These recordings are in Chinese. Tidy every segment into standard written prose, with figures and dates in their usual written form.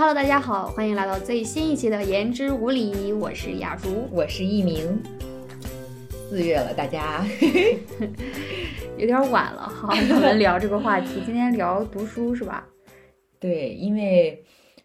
Hello， 大家好，欢迎来到最新一期的言之无理，我是雅茹， 我是一鸣。4月了，大家有点晚了哈，我们聊这个话题，今天聊读书是吧？ 对，因为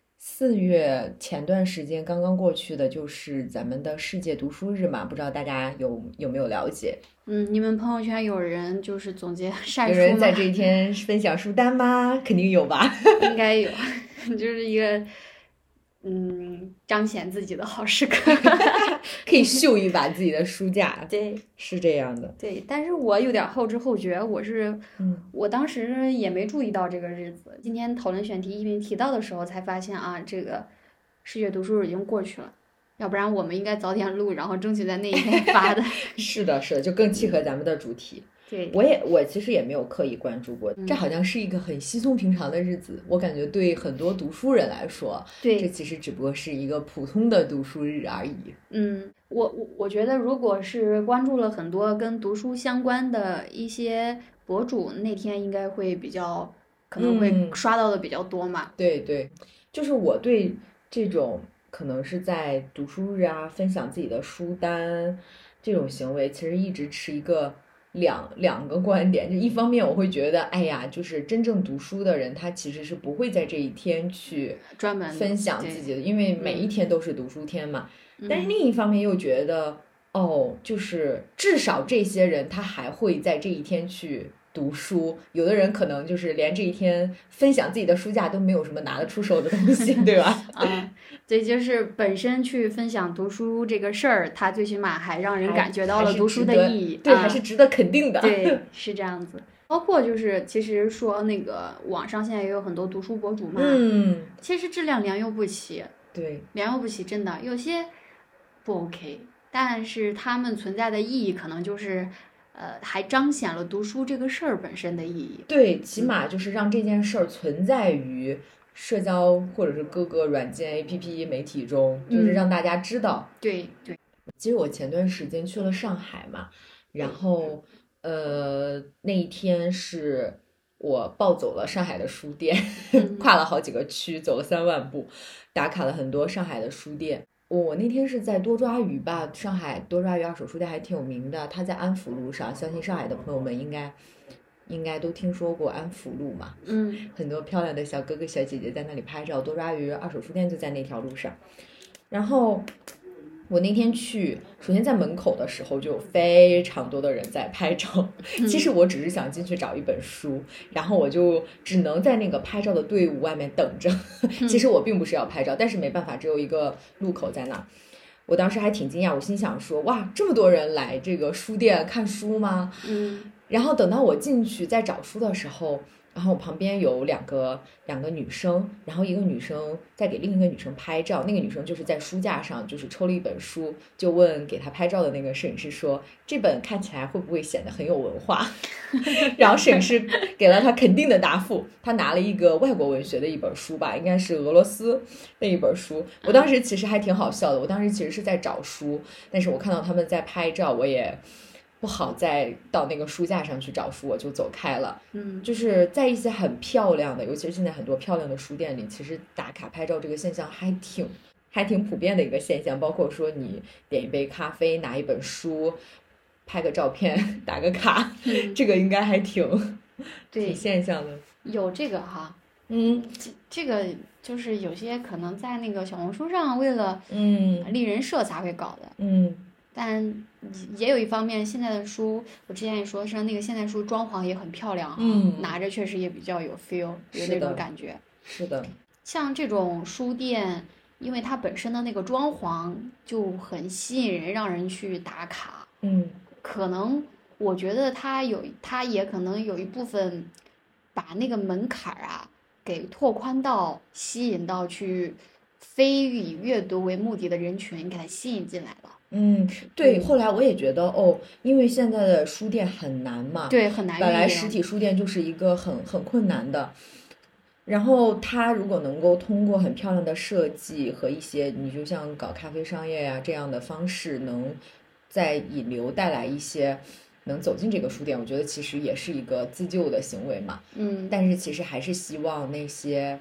4月前段时间刚刚过去的就是咱们的世界读书日嘛，不知道大家有没有了解？ 你们朋友圈有人就是总结晒书吗？ 有人在这一天分享书单吗？肯定有吧？ 应该有，就是一个彰显自己的好时刻， 可以秀一把自己的书架。 对， 是这样的。 对，但是我有点后知后觉，我当时也没注意到这个日子。今天讨论选题一鸣提到的时候，才发现啊，这个世界读书日已经过去了。要不然我们应该早点录，然后争取在那一天发的。 是的，就更契合咱们的主题。 对， 我其实也没有刻意关注过，这好像是一个很稀松平常的日子。我感觉对很多读书人来说， 对， 这其实只不过是一个普通的读书日而已。 我觉得如果是关注了很多跟读书相关的一些博主，那天应该会可能会刷到的比较多嘛。 对，就是我对这种可能是在读书日啊分享自己的书单这种行为，其实一直持一个两个观点。就一方面我会觉得，哎呀，就是真正读书的人，他其实是不会在这一天去专门分享自己的，因为每一天都是读书天嘛。但是另一方面又觉得，就是至少这些人他还会在这一天去读书。有的人可能就是连这一天分享自己的书架都没有什么拿得出手的东西，对吧？ 对，就是本身去分享读书这个事儿，它最起码还让人感觉到了读书的意义， 对，还是值得肯定的。 对，是这样子。包括就是其实说那个网上现在也有很多读书博主嘛，其实质量良莠不齐， 对， 良莠不齐，真的有些不 OK， 但是他们存在的意义可能就是还彰显了读书这个事儿本身的意义。 对，起码就是让这件事儿存在于社交或者是各个软件 APP 媒体中，就是让大家知道。 对， 其实我前段时间去了上海嘛，然后那一天是我暴走了上海的书店，跨了好几个区，走了3万步，打卡了很多上海的书店。我那天是在多抓鱼吧，上海多抓鱼二手书店还挺有名的，它在安福路上，相信上海的朋友们应该都听说过安福路嘛。很多漂亮的小哥哥小姐姐在那里拍照，多抓鱼二手书店就在那条路上。然后我那天去，首先在门口的时候就有非常多的人在拍照。其实我只是想进去找一本书，然后我就只能在那个拍照的队伍外面等着。其实我并不是要拍照，但是没办法，只有一个路口在那。我当时还挺惊讶，我心想说，哇，这么多人来这个书店看书吗？然后等到我进去在找书的时候，然后我旁边有两个女生，然后一个女生在给另一个女生拍照，那个女生就是在书架上就是抽了一本书，就问给她拍照的那个摄影师说，这本看起来会不会显得很有文化？然后摄影师给了她肯定的答复，她拿了一个外国文学的一本书吧，应该是俄罗斯的一本书。我当时其实还挺好笑的，我当时其实是在找书，但是我看到他们在拍照，我也不好再到那个书架上去找书，我就走开了。就是在一些很漂亮的，尤其是现在很多漂亮的书店里，其实打卡拍照这个现象还挺普遍的一个现象。包括说你点一杯咖啡，拿一本书，拍个照片，打个卡，这个应该还挺现象的。 有这个哈，这个就是有些可能在那个小红书上为了立人设才会搞的，但也有一方面，现在的书，我之前也说是那个现在书装潢也很漂亮，拿着确实也比较有 feel， 有那种感觉。 是的， 像这种书店，因为它本身的那个装潢就很吸引人，让人去打卡。可能我觉得它也可能有一部分把那个门槛啊给拓宽到吸引到去非以阅读为目的的人群，给它吸引进来了。 对，后来我也觉得因为现在的书店很难嘛， 对，很难。 本来实体书店就是一个很困难的，然后它如果能够通过很漂亮的设计和一些你就像搞咖啡商业呀这样的方式，能在引流带来一些能走进这个书店，我觉得其实也是一个自救的行为嘛。但是其实还是希望那些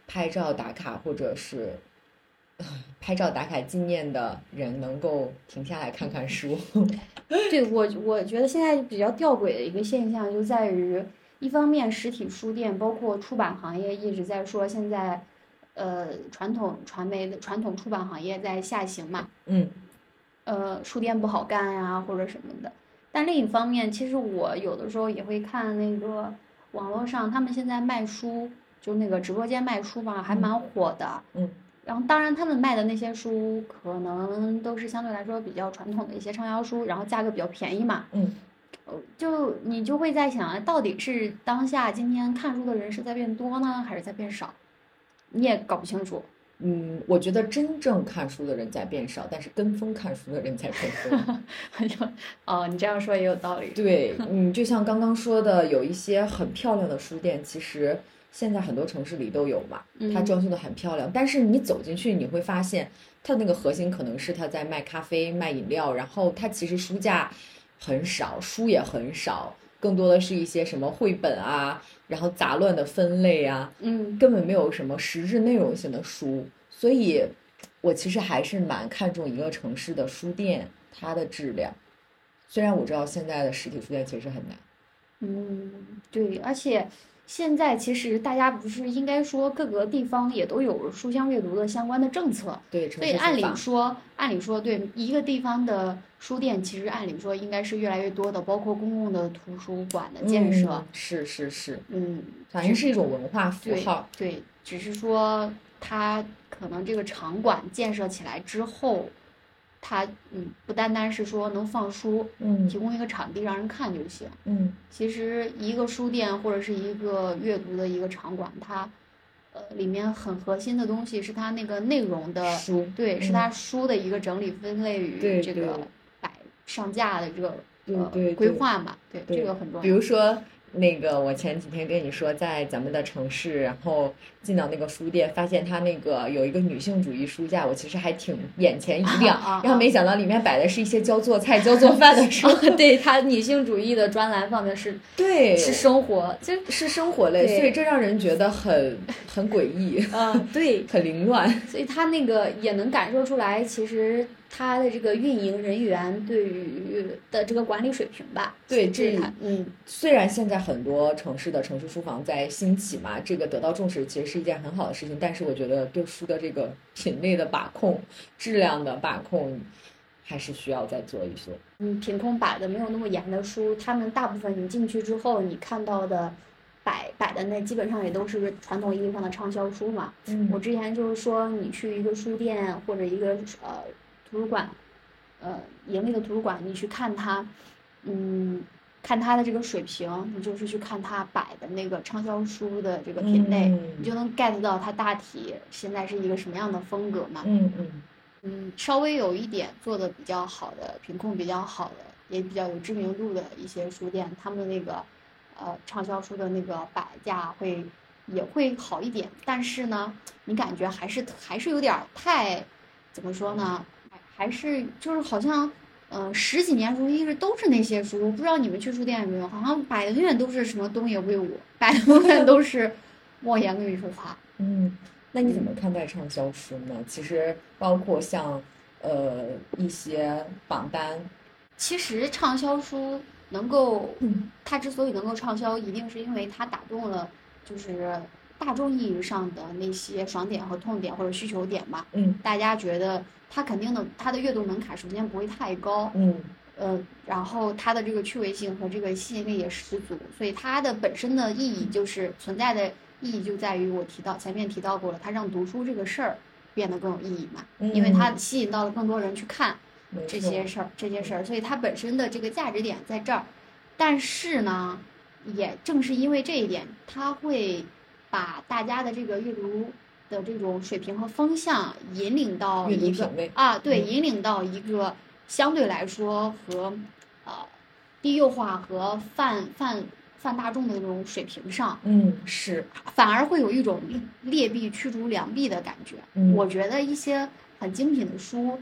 拍照打卡或者是拍照打卡纪念的人能够停下来看看书。 对，我觉得现在比较吊诡的一个现象就在于，一方面实体书店包括出版行业一直在说现在传统传媒的传统出版行业在下行嘛，书店不好干呀或者什么的。但另一方面，其实我有的时候也会看那个网络上他们现在卖书，就那个直播间卖书嘛，还蛮火的。然后当然他们卖的那些书可能都是相对来说比较传统的一些畅销书，然后价格比较便宜嘛。就你就会在想，到底是当下今天看书的人是在变多呢，还是在变少？你也搞不清楚。 我觉得真正看书的人在变少，但是跟风看书的人在变多。 哦，你这样说也有道理。 对，就像刚刚说的，有一些很漂亮的书店，其实现在很多城市里都有嘛，它装修的很漂亮，但是你走进去你会发现，它那个核心可能是它在卖咖啡、卖饮料，然后它其实书架很少，书也很少，更多的是一些什么绘本啊，然后杂乱的分类啊，根本没有什么实质内容性的书。所以我其实还是蛮看重一个城市的书店它的质量，虽然我知道现在的实体书店其实很难。 对，而且现在其实大家不是应该说各个地方也都有书香阅读的相关的政策， 对， 所以按理说对一个地方的书店，其实按理说应该是越来越多的，包括公共的图书馆的建设。 是，反正是一种文化符号。 对，只是说它可能这个场馆建设起来之后，它不单单是说能放书，提供一个场地让人看就行。其实一个书店或者是一个阅读的一个场馆，它里面很核心的东西是它那个内容的书， 对，是它书的一个整理分类与这个上架的这个规划嘛，对，这个很重要。 比如说那个我前几天跟你说，在咱们的城市，然后进到那个书店，发现它那个有一个女性主义书架，我其实还挺眼前一亮，然后没想到里面摆的是一些教做菜、教做饭的书。 对，它女性主义的专栏放的是是生活， 是生活类，所以这让人觉得很诡异。 对， 很凌乱。 所以它那个也能感受出来，其实它的这个运营人员对于的这个管理水平吧。 对，虽然现在很多城市的城市书房在兴起嘛，这个得到重视其实是一件很好的事情，但是我觉得对书的这个品类的把控、质量的把控还是需要再做一做。 品控摆的没有那么严的书，他们大部分你进去之后，你看到的摆的那基本上也都是传统意义上的畅销书嘛。我之前就是说，你去一个书店或者一个图书馆，盈利的图书馆，你去看它，看它的这个水平，你就是去看它摆的那个畅销书的这个品类，你就能 get 到它大体现在是一个什么样的风格嘛。稍微有一点做的比较好的，品控比较好的，也比较有知名度的一些书店，他们那个畅销书的那个摆架也会好一点，但是呢，你感觉还是有点太怎么说呢？还是就是好像十几年如一日都是那些书，不知道你们去书店有没有？好像摆的永远都是什么东野圭吾，摆的永远都是莫言跟余淑华。 那你怎么看待畅销书呢？其实包括像一些榜单， 其实畅销书能够，它之所以能够畅销，一定是因为它打动了就是大众意义上的那些爽点和痛点或者需求点嘛。大家觉得它肯定的，它的阅读门槛首先不会太高。然后它的这个趣味性和这个吸引力也十足，所以它的本身的意义就是存在的意义就在于前面提到过了，它让读书这个事儿变得更有意义嘛，因为它吸引到了更多人去看这些事儿，所以它本身的这个价值点在这儿。但是呢，也正是因为这一点，它会把大家的这个阅读的这种水平和风向引领到一个引领到一个相对来说和低幼化和泛大众的那种水平上。 是， 反而会有一种劣币驱逐良币的感觉。我觉得一些很精品的书，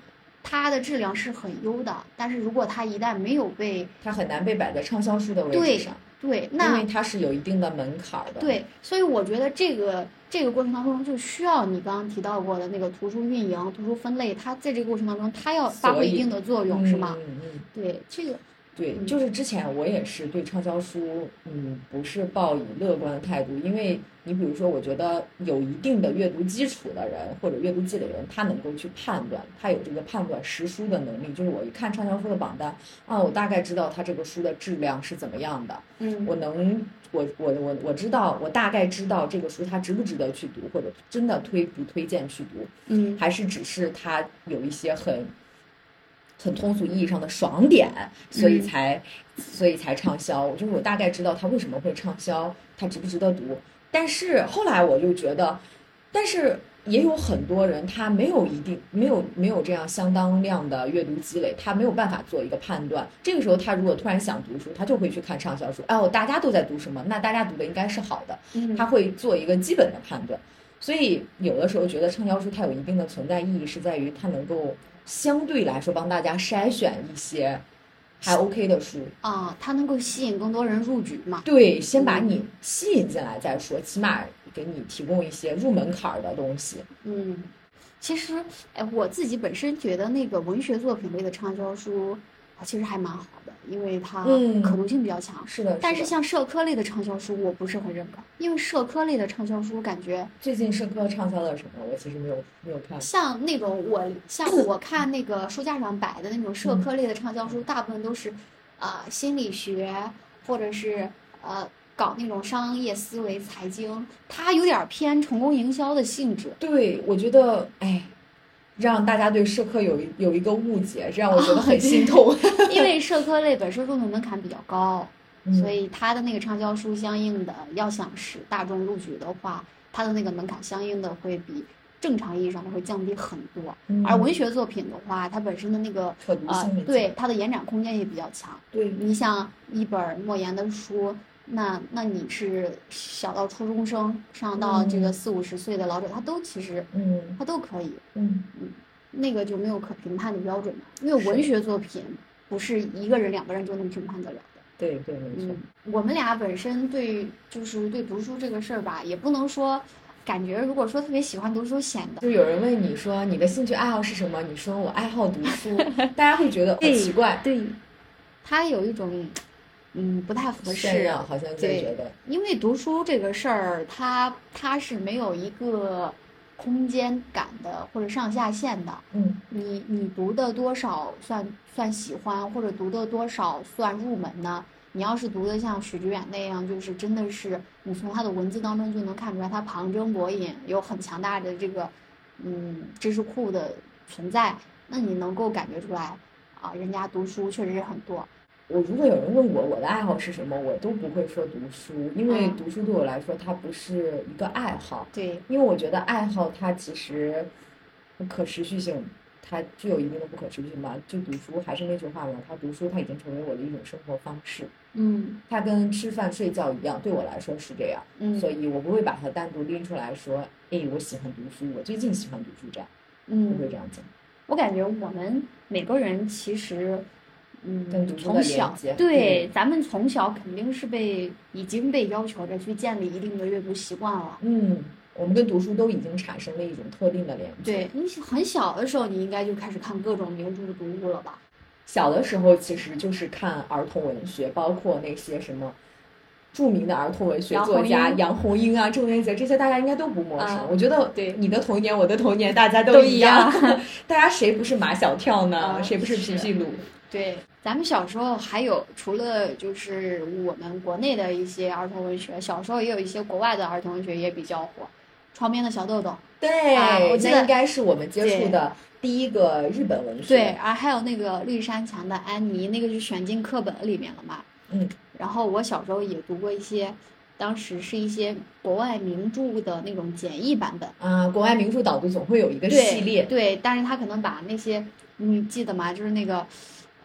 它的质量是很优的，但是如果它一旦没有被， 它很难被摆在畅销书的位置上。 对，那因为它是有一定的门槛的。 对，所以我觉得这个过程当中就需要你刚刚提到过的那个图书运营、图书分类，它在这个过程当中它要发挥一定的作用，是吗？对，这个。 对，就是之前我也是对畅销书，不是抱以乐观的态度，因为你比如说，我觉得有一定的阅读基础的人或者阅读积累的人，他能够去判断，他有这个判断识书的能力。就是我一看畅销书的榜单啊，我大概知道他这个书的质量是怎么样的，我知道，我大概知道这个书它值不值得去读，或者真的不推荐去读，还是只是它有一些很通俗意义上的爽点，所以才畅销。就是我大概知道它为什么会畅销，它值不值得读。但是后来我就觉得，但是也有很多人他没有这样相当量的阅读积累，他没有办法做一个判断。这个时候他如果突然想读书，他就会去看畅销书，大家都在读什么，那大家读的应该是好的，他会做一个基本的判断。所以有的时候觉得畅销书它有一定的存在意义，是在于它能够相对来说帮大家筛选一些还 OK 的书啊，它能够吸引更多人入局嘛？ 对，先把你吸引进来再说，起码给你提供一些入门槛的东西。 其实我自己本身觉得那个文学作品类的畅销书其实还蛮好的，因为它可读性比较强。 是的。 但是像社科类的畅销书我不是很认可，因为社科类的畅销书感觉最近社科畅销了什么我其实没有看。 像那种我看那个书架上摆的那种社科类的畅销书，大部分都是心理学或者是搞那种商业思维、财经，它有点偏成功营销的性质。 对，我觉得让大家对社科有一个误解，这让我觉得很心痛。 因为社科类本身入门门槛比较高，所以它的那个畅销书相应的要想使大众入局的话，它的那个门槛相应的会比正常意义上的会降低很多。而文学作品的话，它本身的那个对它的延展空间也比较强。 对， 你像一本莫言的书，那你是小到初中生，上到这个40-50岁的老者，他都其实他都可以。那个就没有可评判的标准嘛，因为文学作品不是一个人2个人就能评判得了的。 对对，没错。 我们俩本身对读书这个事儿吧，也不能说感觉如果说特别喜欢读书，显得就有人问你说你的兴趣爱好是什么，你说我爱好读书，大家会觉得很奇怪。 对，他有一种不太合适， 好像就觉得， 因为读书这个事儿，它是没有一个空间感的或者上下限的。你读的多少算喜欢，或者读的多少算入门呢？你要是读的像许知远那样，就是真的是你从他的文字当中就能看出来他旁征博引，有很强大的这个知识库的存在，那你能够感觉出来人家读书确实是很多。 我如果有人问我的爱好是什么，我都不会说读书，因为读书对我来说它不是一个爱好。 对， 因为我觉得爱好它其实可持续性，它具有一定的不可持续性吧。就读书还是那句话嘛，读书它已经成为我的一种生活方式。它跟吃饭睡觉一样，对我来说是这样。所以我不会把它单独拎出来说，我喜欢读书，我最近喜欢读书这样。不会这样讲。 我感觉我们每个人其实跟读书的连接， 对，咱们从小肯定是已经被要求着去建立一定的阅读习惯了。 我们跟读书都已经产生了一种特定的连接。 对，你很小的时候，你应该就开始看各种名著读物了吧？ 小的时候其实就是看儿童文学，包括那些什么著名的儿童文学作家杨红樱啊、郑渊洁，这些大家应该都不陌生。我觉得你的童年我的童年大家都一样，大家谁不是马小跳呢？谁不是皮皮鲁？ 对，咱们小时候还有除了就是我们国内的一些儿童文学，小时候也有一些国外的儿童文学也比较火，床边的小豆豆。 对，我记得应该是我们接触的第一个日本文学。 对，还有那个绿山墙的安妮，那个就选进课本里面了嘛。然后我小时候也读过一些，当时是一些国外名著的那种简易版本。 国外名著导读总会有一个系列。 对，但是他可能把那些你记得吗？就是那个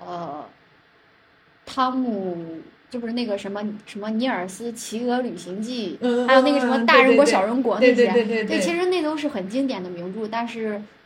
汤姆，就不是那个什么尼尔斯骑鹅旅行记，还有那个什么大人国小人国那些， 对， 其实那都是很经典的名著，但是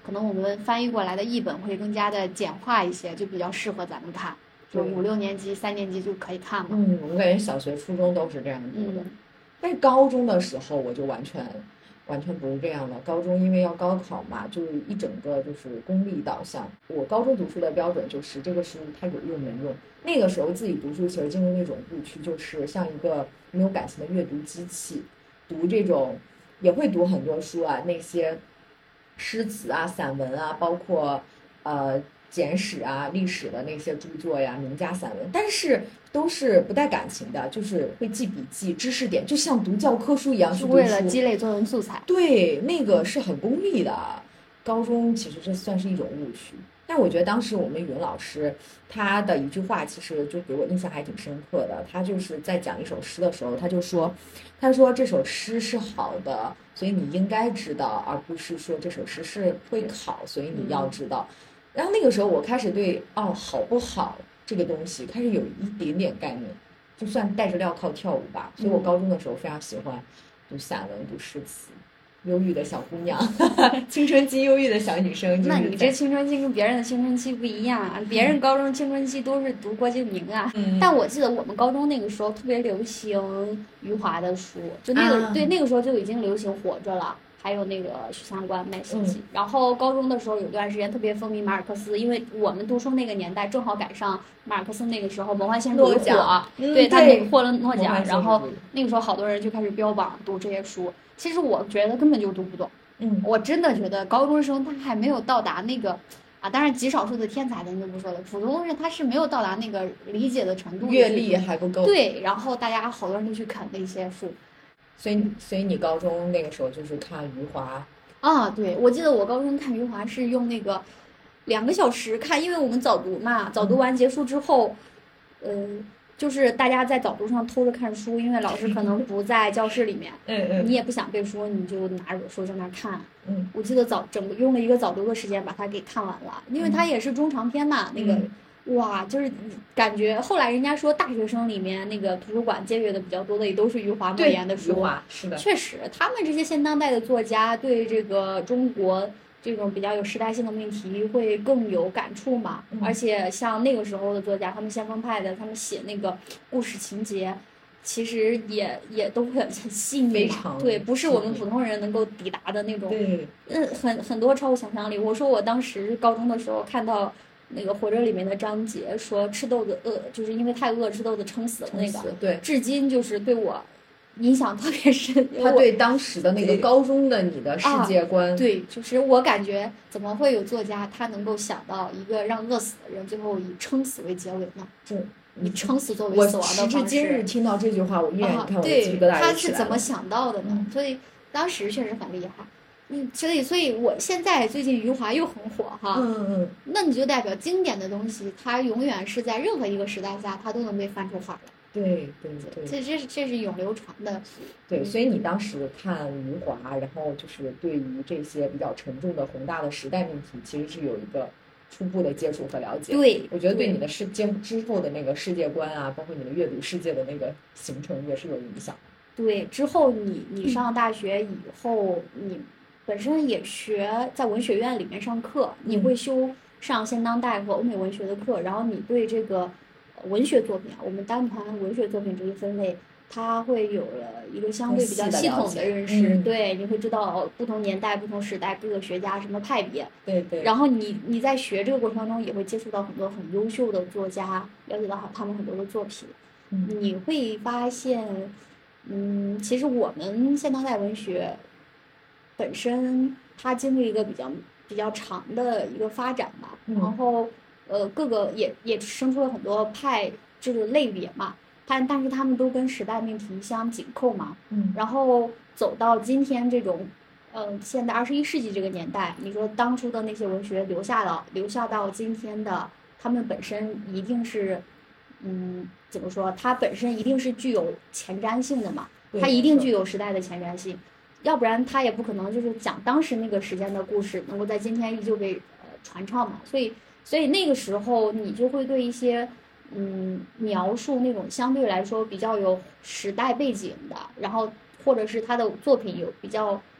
可能我们翻译过来的译本会更加的简化一些，就比较适合咱们看，就5、6年级、3年级就可以看嘛。 我感觉小学、初中都是这样子的，但是高中的时候我就完全不是这样的。高中因为要高考嘛，就一整个就是功利导向。我高中读书的标准就是这个书它有用没用。那个时候自己读书其实进入那种误区，就是像一个没有感情的阅读机器，读这种也会读很多书啊，那些诗词啊、散文啊，包括简史啊、历史的那些著作呀、名家散文，但是都是不带感情的，就是会记笔记、知识点，就像读教科书一样去读书， 是为了积累作文素材。 对，那个是很功利的。高中其实这算是一种误区，但我觉得当时我们语文老师他的一句话其实就给我印象还挺深刻的。他就是在讲一首诗的时候，他说这首诗是好的，所以你应该知道，而不是说这首诗是会考，所以你要知道。然后那个时候我开始对好不好这个东西开始有一点点概念，就算带着镣铐跳舞吧。所以我高中的时候非常喜欢读散文、读诗词。忧郁的小姑娘，青春期忧郁的小女生。 那你这青春期跟别人的青春期不一样啊！别人高中青春期都是读郭敬明啊，但我记得我们高中那个时候特别流行余华的书，就那个、对那个时候就已经流行《活着》了，还有那个许三观、麦西基。然后高中的时候有段时间特别风靡马尔克斯，因为我们读书那个年代正好赶上马尔克斯那个时候魔幻现实主义火，对他获了诺奖，然后那个时候好多人就开始标榜读这些书。其实我觉得根本就读不懂，我真的觉得高中生他还没有到达那个当然极少数的天才咱就不说了，普通人他是没有到达那个理解的程度， 阅历还不够。 对，然后大家好多人都去啃那些书， 所以你高中那个时候就是看余华啊？对，我记得我高中看余华是用那个2个小时看，因为我们早读嘛，早读完结束之后，就是大家在早读上偷着看书，因为老师可能不在教室里面，你也不想背书，你就拿着书在那看。我记得整个用了一个早读的时间把它给看完了，因为它也是中长篇嘛。那个哇，就是感觉后来人家说大学生里面那个图书馆借阅的比较多的也都是余华、莫言的书。 余华是的， 确实，他们这些现当代的作家对这个中国这种比较有时代性的命题会更有感触嘛，而且像那个时候的作家，他们先锋派的，他们写那个故事情节，其实也都会很细腻嘛，对，不是我们普通人能够抵达的那种，很多超乎想象力。我说我当时高中的时候看到那个《活着》里面的章节说吃豆子就是因为太饿吃豆子撑死了那个， 对， 至今就是对我影响特别深， 他对当时的那个高中的你的世界观， 对，就是我感觉怎么会有作家他能够想到一个让饿死的人最后以撑死为结尾呢？以撑死作为死亡的方式。 我时至今日听到这句话，我依然看我的鸡皮疙瘩。 他是怎么想到的呢？所以当时确实很厉害。所以我现在最近余华又很火哈。那你就代表经典的东西，它永远是在任何一个时代下，它都能被翻出花来。 对， 这是永流传的。 对，所以你当时看余华，然后就是对于这些比较沉重的宏大的时代命题，其实是有一个初步的接触和了解。 对， 我觉得对你的之后的那个世界观啊，包括你的阅读世界的那个形成也是有影响。 对，之后你上大学以后，你本身也在文学院里面上课，你会上现当代和欧美文学的课，然后你对这个文学作品我们单谈文学作品这一分类，它会有了一个相对比较系统的认识。对，你会知道不同年代、不同时代各个学家什么派别。 对。 然后你在学这个过程中，也会接触到很多很优秀的作家，了解到他们很多的作品。你会发现，其实我们现当代文学本身它经历一个比较长的一个发展吧，然后各个也生出了很多派这个类别嘛，但是他们都跟时代命题相紧扣嘛，然后走到今天这种现在21世纪这个年代，你说当初的那些文学留下到今天的，他们本身一定是怎么说，它本身一定是具有前瞻性的嘛，它一定具有时代的前瞻性，要不然它也不可能就是讲当时那个时间的故事能够在今天依旧被传唱嘛，所以那个时候你就会对一些描述那种相对来说比较有时代背景的，然后或者是他的作品有比较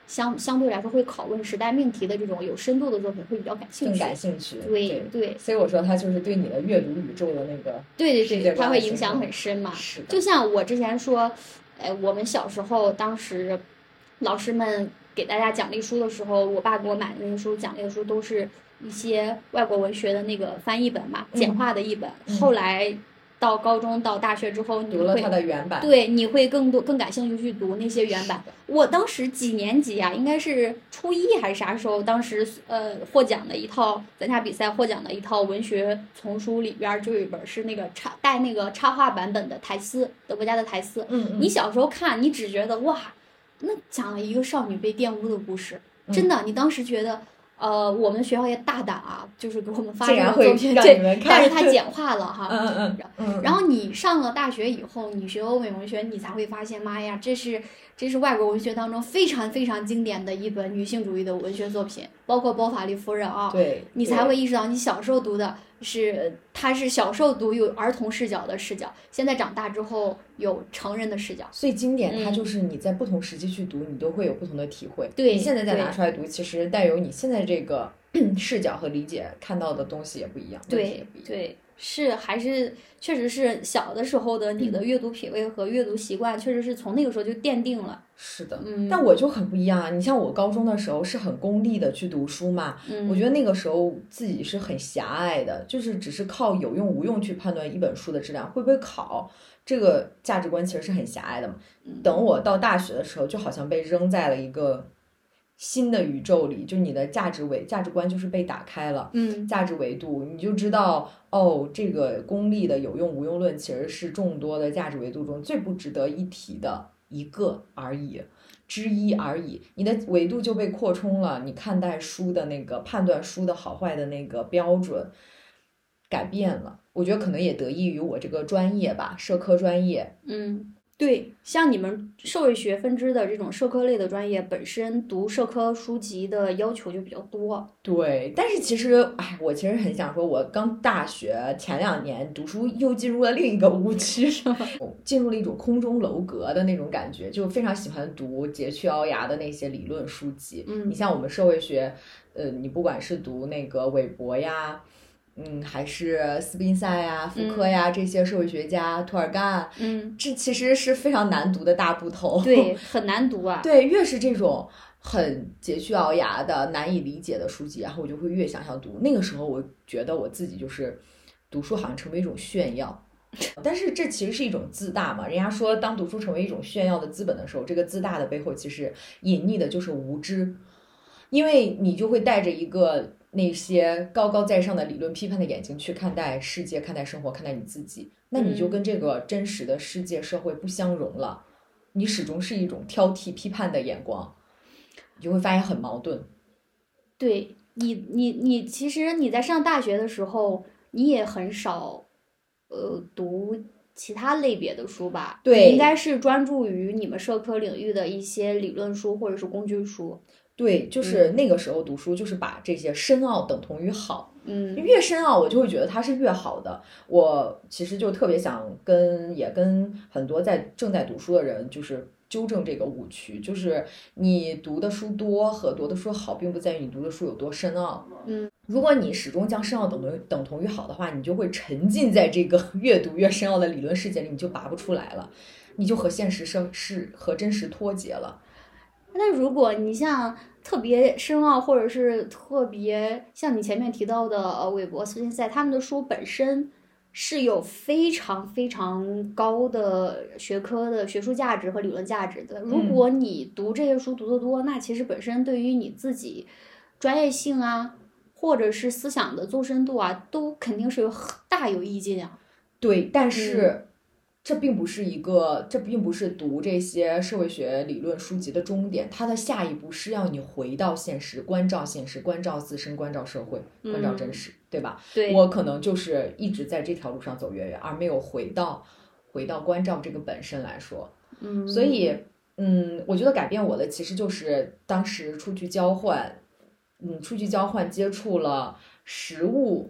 相对来说会拷问时代命题的这种有深度的作品会比较感兴趣， 更感兴趣。 对， 所以我说它就是对你的阅读宇宙的那个对，它会影响很深嘛。 是的， 就像我之前说，我们小时候当时老师们给大家奖励书的时候，我爸给我买的那些书，奖励的书都是一些外国文学的那个翻译本嘛，简化的译本。后来到高中到大学之后，你会读了它的原版， 对，你会更感兴趣去读那些原版。我当时几年级啊？应该是初一还是啥时候？当时获奖的一套咱家比赛获奖的一套文学丛书里边就有一本是那个带那个插画版本的台斯，德国家的台斯。你小时候看，你只觉得哇，那讲了一个少女被玷污的故事，真的，你当时觉得。我们学校也大胆啊，就是给我们发这个作品，但是它简化了哈。然后你上了大学以后，你学欧美文学，你才会发现，妈呀，这是外国文学当中非常非常经典的一本女性主义的文学作品，包括包法利夫人啊。 对， 你才会意识到，你小时候读的它是小时候读有儿童视角的视角，现在长大之后有成人的视角。 所以经典它就是你在不同时期去读，你都会有不同的体会。 对， 你现在再拿出来读，其实带有你现在这个视角和理解看到的东西也不一样。 对，还是确实是小的时候的你的阅读品味和阅读习惯，确实是从那个时候就奠定了。 是的，但我就很不一样啊！你像我高中的时候是很功利的去读书嘛，我觉得那个时候自己是很狭隘的，就是只是靠有用无用去判断一本书的质量会不会考，这个价值观其实是很狭隘的嘛。等我到大学的时候，就好像被扔在了一个新的宇宙里，就你的价值观就是被打开了，价值维度，你就知道哦，这个功利的有用无用论其实是众多的价值维度中最不值得一提的一个而已，之一而已，你的维度就被扩充了，你看待书的那个判断书的好坏的那个标准改变了。我觉得可能也得益于我这个专业吧，社科专业。 对，像你们社会学分支的这种社科类的专业，本身读社科书籍的要求就比较多。 对，但是其实，我其实很想说，我刚大学前2年读书又进入了另一个误区，进入了一种空中楼阁的那种感觉，就非常喜欢读佶屈聱牙的那些理论书籍。你像我们社会学，你不管是读那个韦伯呀。还是斯宾塞呀、福柯呀，这些社会学家，涂尔干，这其实是非常难读的大部头， 对，很难读啊。 对，越是这种很佶屈聱牙的、难以理解的书籍，然后我就会越想读。那个时候，我觉得我自己就是读书好像成为一种炫耀，但是这其实是一种自大嘛。人家说，当读书成为一种炫耀的资本的时候，这个自大的背后其实隐匿的就是无知，因为你就会带着一个。那些高高在上的理论批判的眼睛去看待世界、看待生活、看待你自己，那你就跟这个真实的世界社会不相容了，你始终是一种挑剔批判的眼光，你就会发现很矛盾。 对，你其实你在上大学的时候，你也很少读其他类别的书吧？ 对， 应该是专注于你们社科领域的一些理论书或者是工具书。 对，就是那个时候读书，就是把这些深奥等同于好。越深奥，我就会觉得它是越好的。我其实就特别想跟很多正在读书的人，就是纠正这个误区，就是你读的书多和读的书好，并不在于你读的书有多深奥。如果你始终将深奥等同于好的话，你就会沉浸在这个越读越深奥的理论世界里，你就拔不出来了，你就和现实是和真实脱节了。 那如果你像特别深奥，或者是特别像你前面提到的韦伯、斯宾塞，他们的书本身是有非常非常高的学科的学术价值和理论价值的。如果你读这些书读得多，那其实本身对于你自己专业性啊，或者是思想的纵深度啊，都肯定是大有意见啊。 对，但是。这并不是读这些社会学理论书籍的终点，它的下一步是要你回到现实，关照现实，关照自身，关照社会，关照真实，对吧？ 对， 我可能就是一直在这条路上走越远，而没有回到关照这个本身来说。所以我觉得改变我的其实就是当时出去交换接触了实物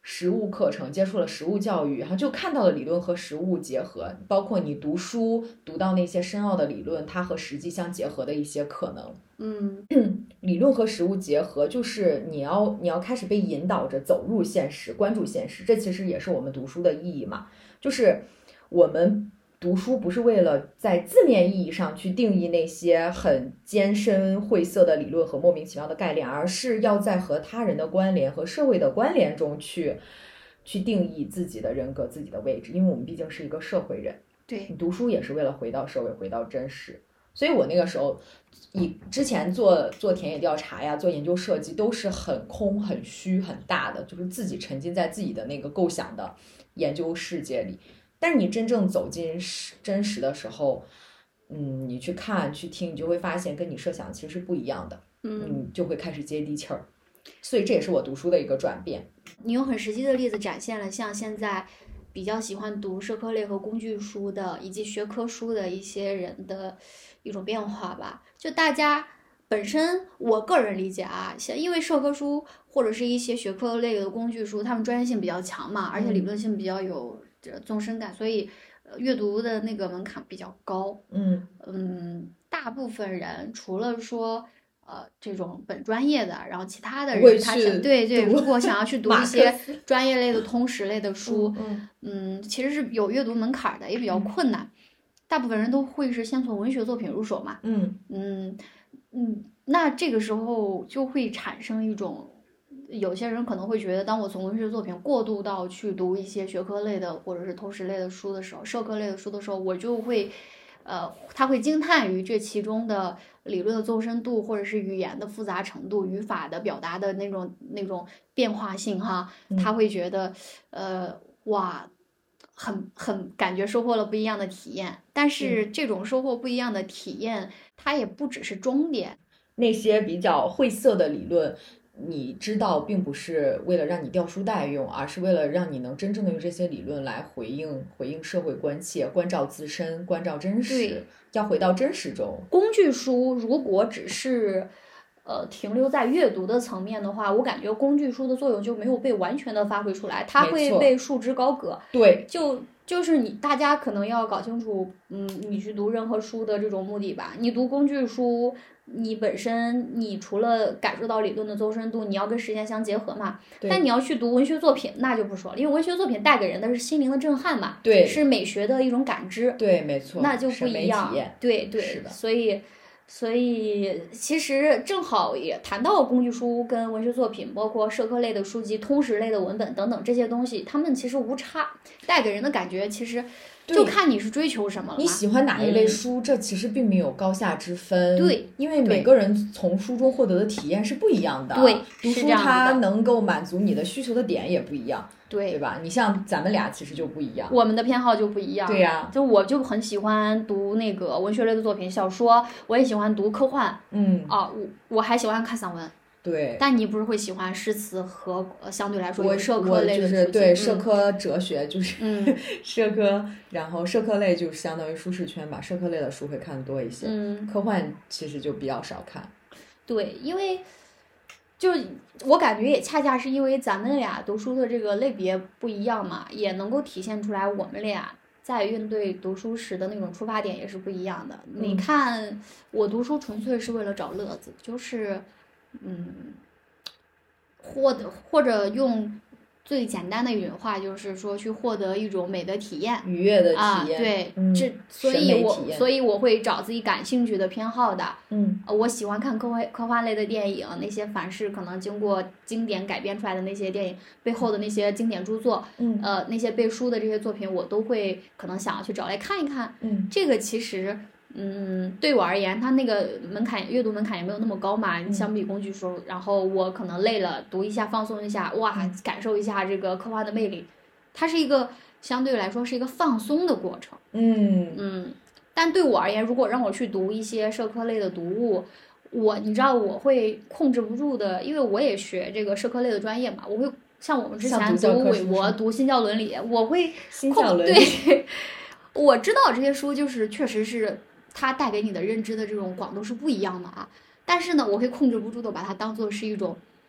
实务课程，接触了实务教育，然后就看到了理论和实务结合，包括你读书读到那些深奥的理论，它和实际相结合的一些可能。理论和实务结合，就是你要开始被引导着走入现实，关注现实，这其实也是我们读书的意义嘛。就是我们读书不是为了在字面意义上去定义那些很艰深晦涩的理论和莫名其妙的概念，而是要在和他人的关联和社会的关联中去定义自己的人格、自己的位置，因为我们毕竟是一个社会人。 对， 你读书也是为了回到社会，回到真实。所以我那个时候之前做田野调查呀，做研究设计都是很空很虚很大的，就是自己沉浸在自己的那个构想的研究世界里。但是你真正走进真实的时候，你去看去听，你就会发现跟你设想其实是不一样的，你就会开始接地气儿。所以这也是我读书的一个转变。 你用很实际的例子展现了像现在比较喜欢读社科类和工具书的以及学科书的一些人的一种变化吧。就大家本身我个人理解啊，因为社科书或者是一些学科类的工具书，他们专业性比较强嘛，而且理论性比较有纵深感，所以阅读的那个门槛比较高。大部分人除了说这种本专业的，然后其他的人他想对，如果想要去读一些专业类的通识类的书，其实是有阅读门槛的，也比较困难。大部分人都会是先从文学作品入手嘛。那这个时候就会产生一种，有些人可能会觉得，当我从文学作品过渡到去读一些学科类的或者是通识类的书的时候，社科类的书的时候，我就会他会惊叹于这其中的理论的纵深度，或者是语言的复杂程度、语法的表达的那种变化性哈，他会觉得哇，很感觉收获了不一样的体验。但是这种收获不一样的体验，它也不只是终点。 那些比较晦涩的理论，你知道并不是为了让你掉书袋用，而是为了让你能真正的用这些理论来回应社会关切，关照自身，关照真实，要回到真实中。 工具书如果只是停留在阅读的层面的话，我感觉工具书的作用就没有被完全的发挥出来，它会被束之高阁。 对， 就是大家可能要搞清楚，你去读任何书的这种目的吧。你读工具书，你本身你除了感受到理论的纵深度，你要跟实践相结合嘛。但你要去读文学作品，那就不说了，因为文学作品带给人的是心灵的震撼嘛， 对， 是美学的一种感知。 对，没错， 那就不一样。对， 是的。 所以其实正好也谈到工具书跟文学作品，包括社科类的书籍、通识类的文本等等这些东西，它们其实无差，带给人的感觉其实就看你是追求什么了。 你喜欢哪一类书，这其实并没有高下之分。 对， 因为每个人从书中获得的体验是不一样的。 对， 读书它能够满足你的需求的点也不一样。 对吧？你像咱们俩其实就不一样， 我们的偏好就不一样。 对呀， 我就很喜欢读那个文学类的作品，小说，我也喜欢读科幻。我还喜欢看散文。 对， 但你不是会喜欢诗词和相对来说社科类的就是对社科哲学就是社科，然后社科类就相当于舒适圈吧，社科类的书会看得多一些。科幻其实就比较少看。 对，因为就我感觉也恰恰是因为咱们俩读书的这个类别不一样嘛，也能够体现出来我们俩在应对读书时的那种出发点也是不一样的。你看我读书纯粹是为了找乐子，就是或者用最简单的一句话就是说去获得一种美的体验， 愉悦的体验。 对，所以我会找自己感兴趣的偏好的。我喜欢看科幻类的电影，那些凡是可能经过经典改编出来的那些电影背后的那些经典著作，那些背书的这些作品，我都会可能想要去找来看一看。这个其实对我而言，它那个阅读门槛也没有那么高嘛，相比工具书。然后我可能累了，读一下放松一下，哇，感受一下这个科幻的魅力，它是一个相对来说是一个放松的过程。但对我而言，如果让我去读一些社科类的读物，你知道我会控制不住的，因为我也学这个社科类的专业嘛，我会像我们之前读韦伯、读新教伦理，我会对，我知道这些书就是确实是它带给你的认知的这种广度是不一样的啊，但是呢，我会控制不住的把它当做是一种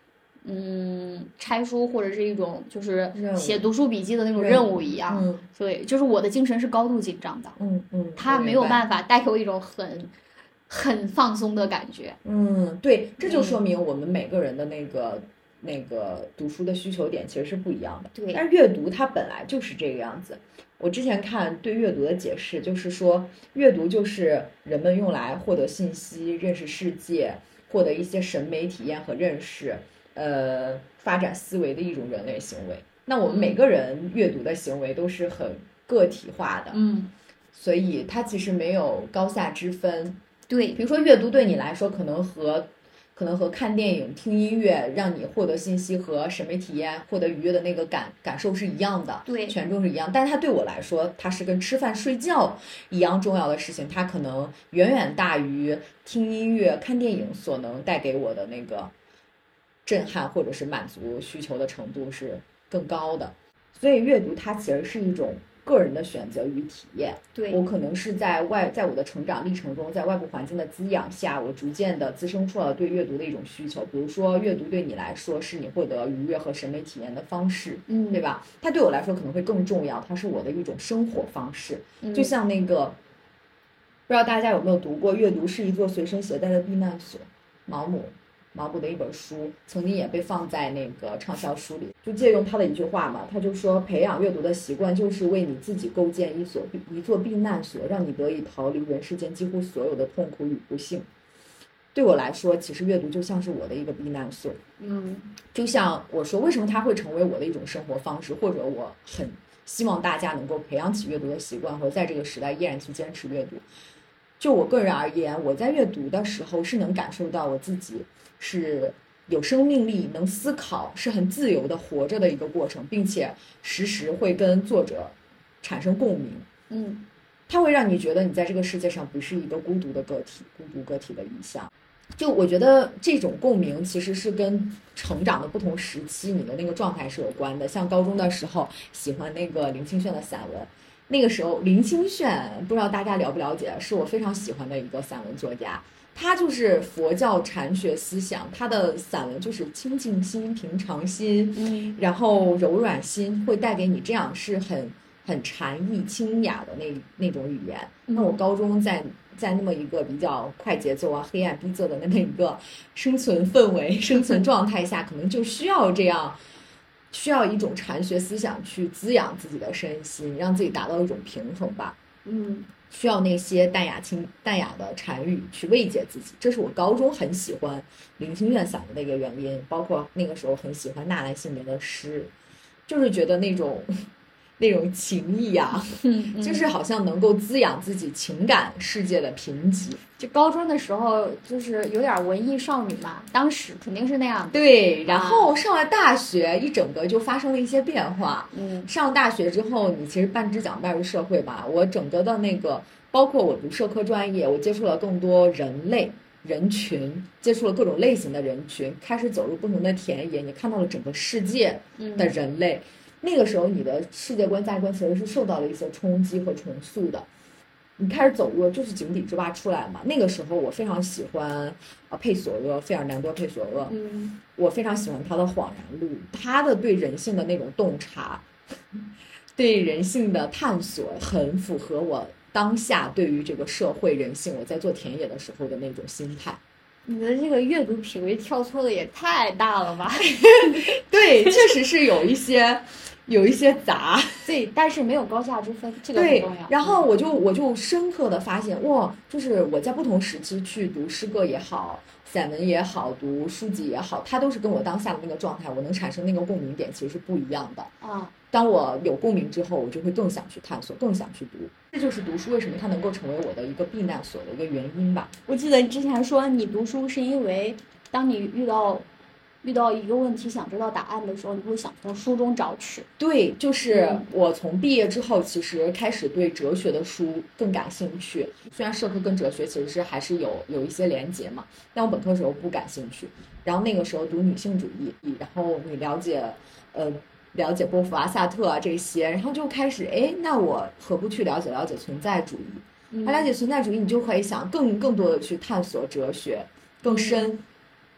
拆书或者是一种就是写读书笔记的那种任务一样。对，就是我的精神是高度紧张的。它没有办法带给我一种很放松的感觉。 对，这就说明我们每个人的那个读书的需求点其实是不一样的。 对， 但是阅读它本来就是这个样子。我之前看对阅读的解释，就是说阅读就是人们用来获得信息、认识世界、获得一些审美体验和认识，发展思维的一种人类行为。那我们每个人阅读的行为都是很个体化的，所以它其实没有高下之分。 对， 比如说阅读对你来说可能和看电影、听音乐让你获得信息和审美体验、获得愉悦的那个感受是一样的， 对， 权重是一样。但是它对我来说，它是跟吃饭睡觉一样重要的事情，它可能远远大于听音乐、看电影所能带给我的那个震撼或者是满足需求的程度是更高的。所以阅读它其实是一种个人的选择与体验。 对， 我可能是在我的成长历程中，在外部环境的滋养下，我逐渐的滋生出了对阅读的一种需求。比如说阅读对你来说是你获得愉悦和审美体验的方式，对吧？它对我来说可能会更重要，它是我的一种生活方式。就像那个不知道大家有没有读过阅读是一座随身携带的避难所，毛姆的一本书，曾经也被放在那个畅销书里。就借用他的一句话嘛，他就说培养阅读的习惯就是为你自己构建一座避难所，让你得以逃离人世间几乎所有的痛苦与不幸。对我来说，其实阅读就像是我的一个避难所。就像我说为什么它会成为我的一种生活方式，或者我很希望大家能够培养起阅读的习惯，和在这个时代依然去坚持阅读。就我个人而言，我在阅读的时候是能感受到我自己是有生命力，能思考，是很自由的活着的一个过程，并且时时会跟作者产生共鸣。它会让你觉得你在这个世界上不是一个孤独个体的一项。就我觉得这种共鸣其实是跟成长的不同时期你的那个状态是有关的。像高中的时候喜欢那个林清炫的散文，那个时候林清炫不知道大家了不了解，是我非常喜欢的一个散文作家。他就是佛教禅学思想，他的散文就是清净心、平常心，然后柔软心，会带给你这样是很禅意清雅的那种语言。那我高中在那么一个比较快节奏啊、黑暗逼仄的那么一个生存氛围、生存状态下，可能就需要一种禅学思想去滋养自己的身心，让自己达到一种平衡吧。需要那些淡雅的禅语去慰藉自己，这是我高中很喜欢林清炫散文的一个原因。包括那个时候很喜欢纳兰性德的诗，就是觉得那种情谊啊，就是好像能够滋养自己情感世界的贫瘠。 就高中的时候就是有点文艺少女嘛，当时肯定是那样的。 对，然后上了大学，一整个就发生了一些变化。上大学之后，你其实半只脚迈入社会吧。我整个的那个，包括我读社科专业，我接触了更多人群，接触了各种类型的人群，开始走入不同的田野，你看到了整个世界的人类。那个时候你的世界观价值观其实是受到了一些冲击和重塑的，你开始走入就是井底之蛙出来嘛。那个时候我非常喜欢佩索阿，费尔南多·佩索阿，我非常喜欢他的《恍然录》，他的对人性的那种洞察，对人性的探索，很符合我当下对于这个社会人性，我在做田野的时候的那种心态。 你的这个阅读品味跳脱的也太大了吧？ 对，确实是有一些杂， 对，但是没有高下之分，这个很重要。 然后我就深刻的发现，哇，就是我在不同时期去读诗歌也好，散文也好，读书籍也好，它都是跟我当下的那个状态，我能产生那个共鸣点，其实是不一样的。当我有共鸣之后，我就会更想去探索，更想去读。这就是读书为什么它能够成为我的一个避难所的一个原因吧。 我记得你之前说你读书是因为当你遇到一个问题想知道答案的时候，你会想从书中找取。 对，就是我从毕业之后其实开始对哲学的书更感兴趣。虽然社科跟哲学其实还是有一些连结嘛，但我本科时候不感兴趣。然后那个时候读女性主义，然后你了解波伏娃、萨特啊这些，然后就开始那我何不去了解存在主义？了解存在主义，你就可以想更多的去探索哲学更深。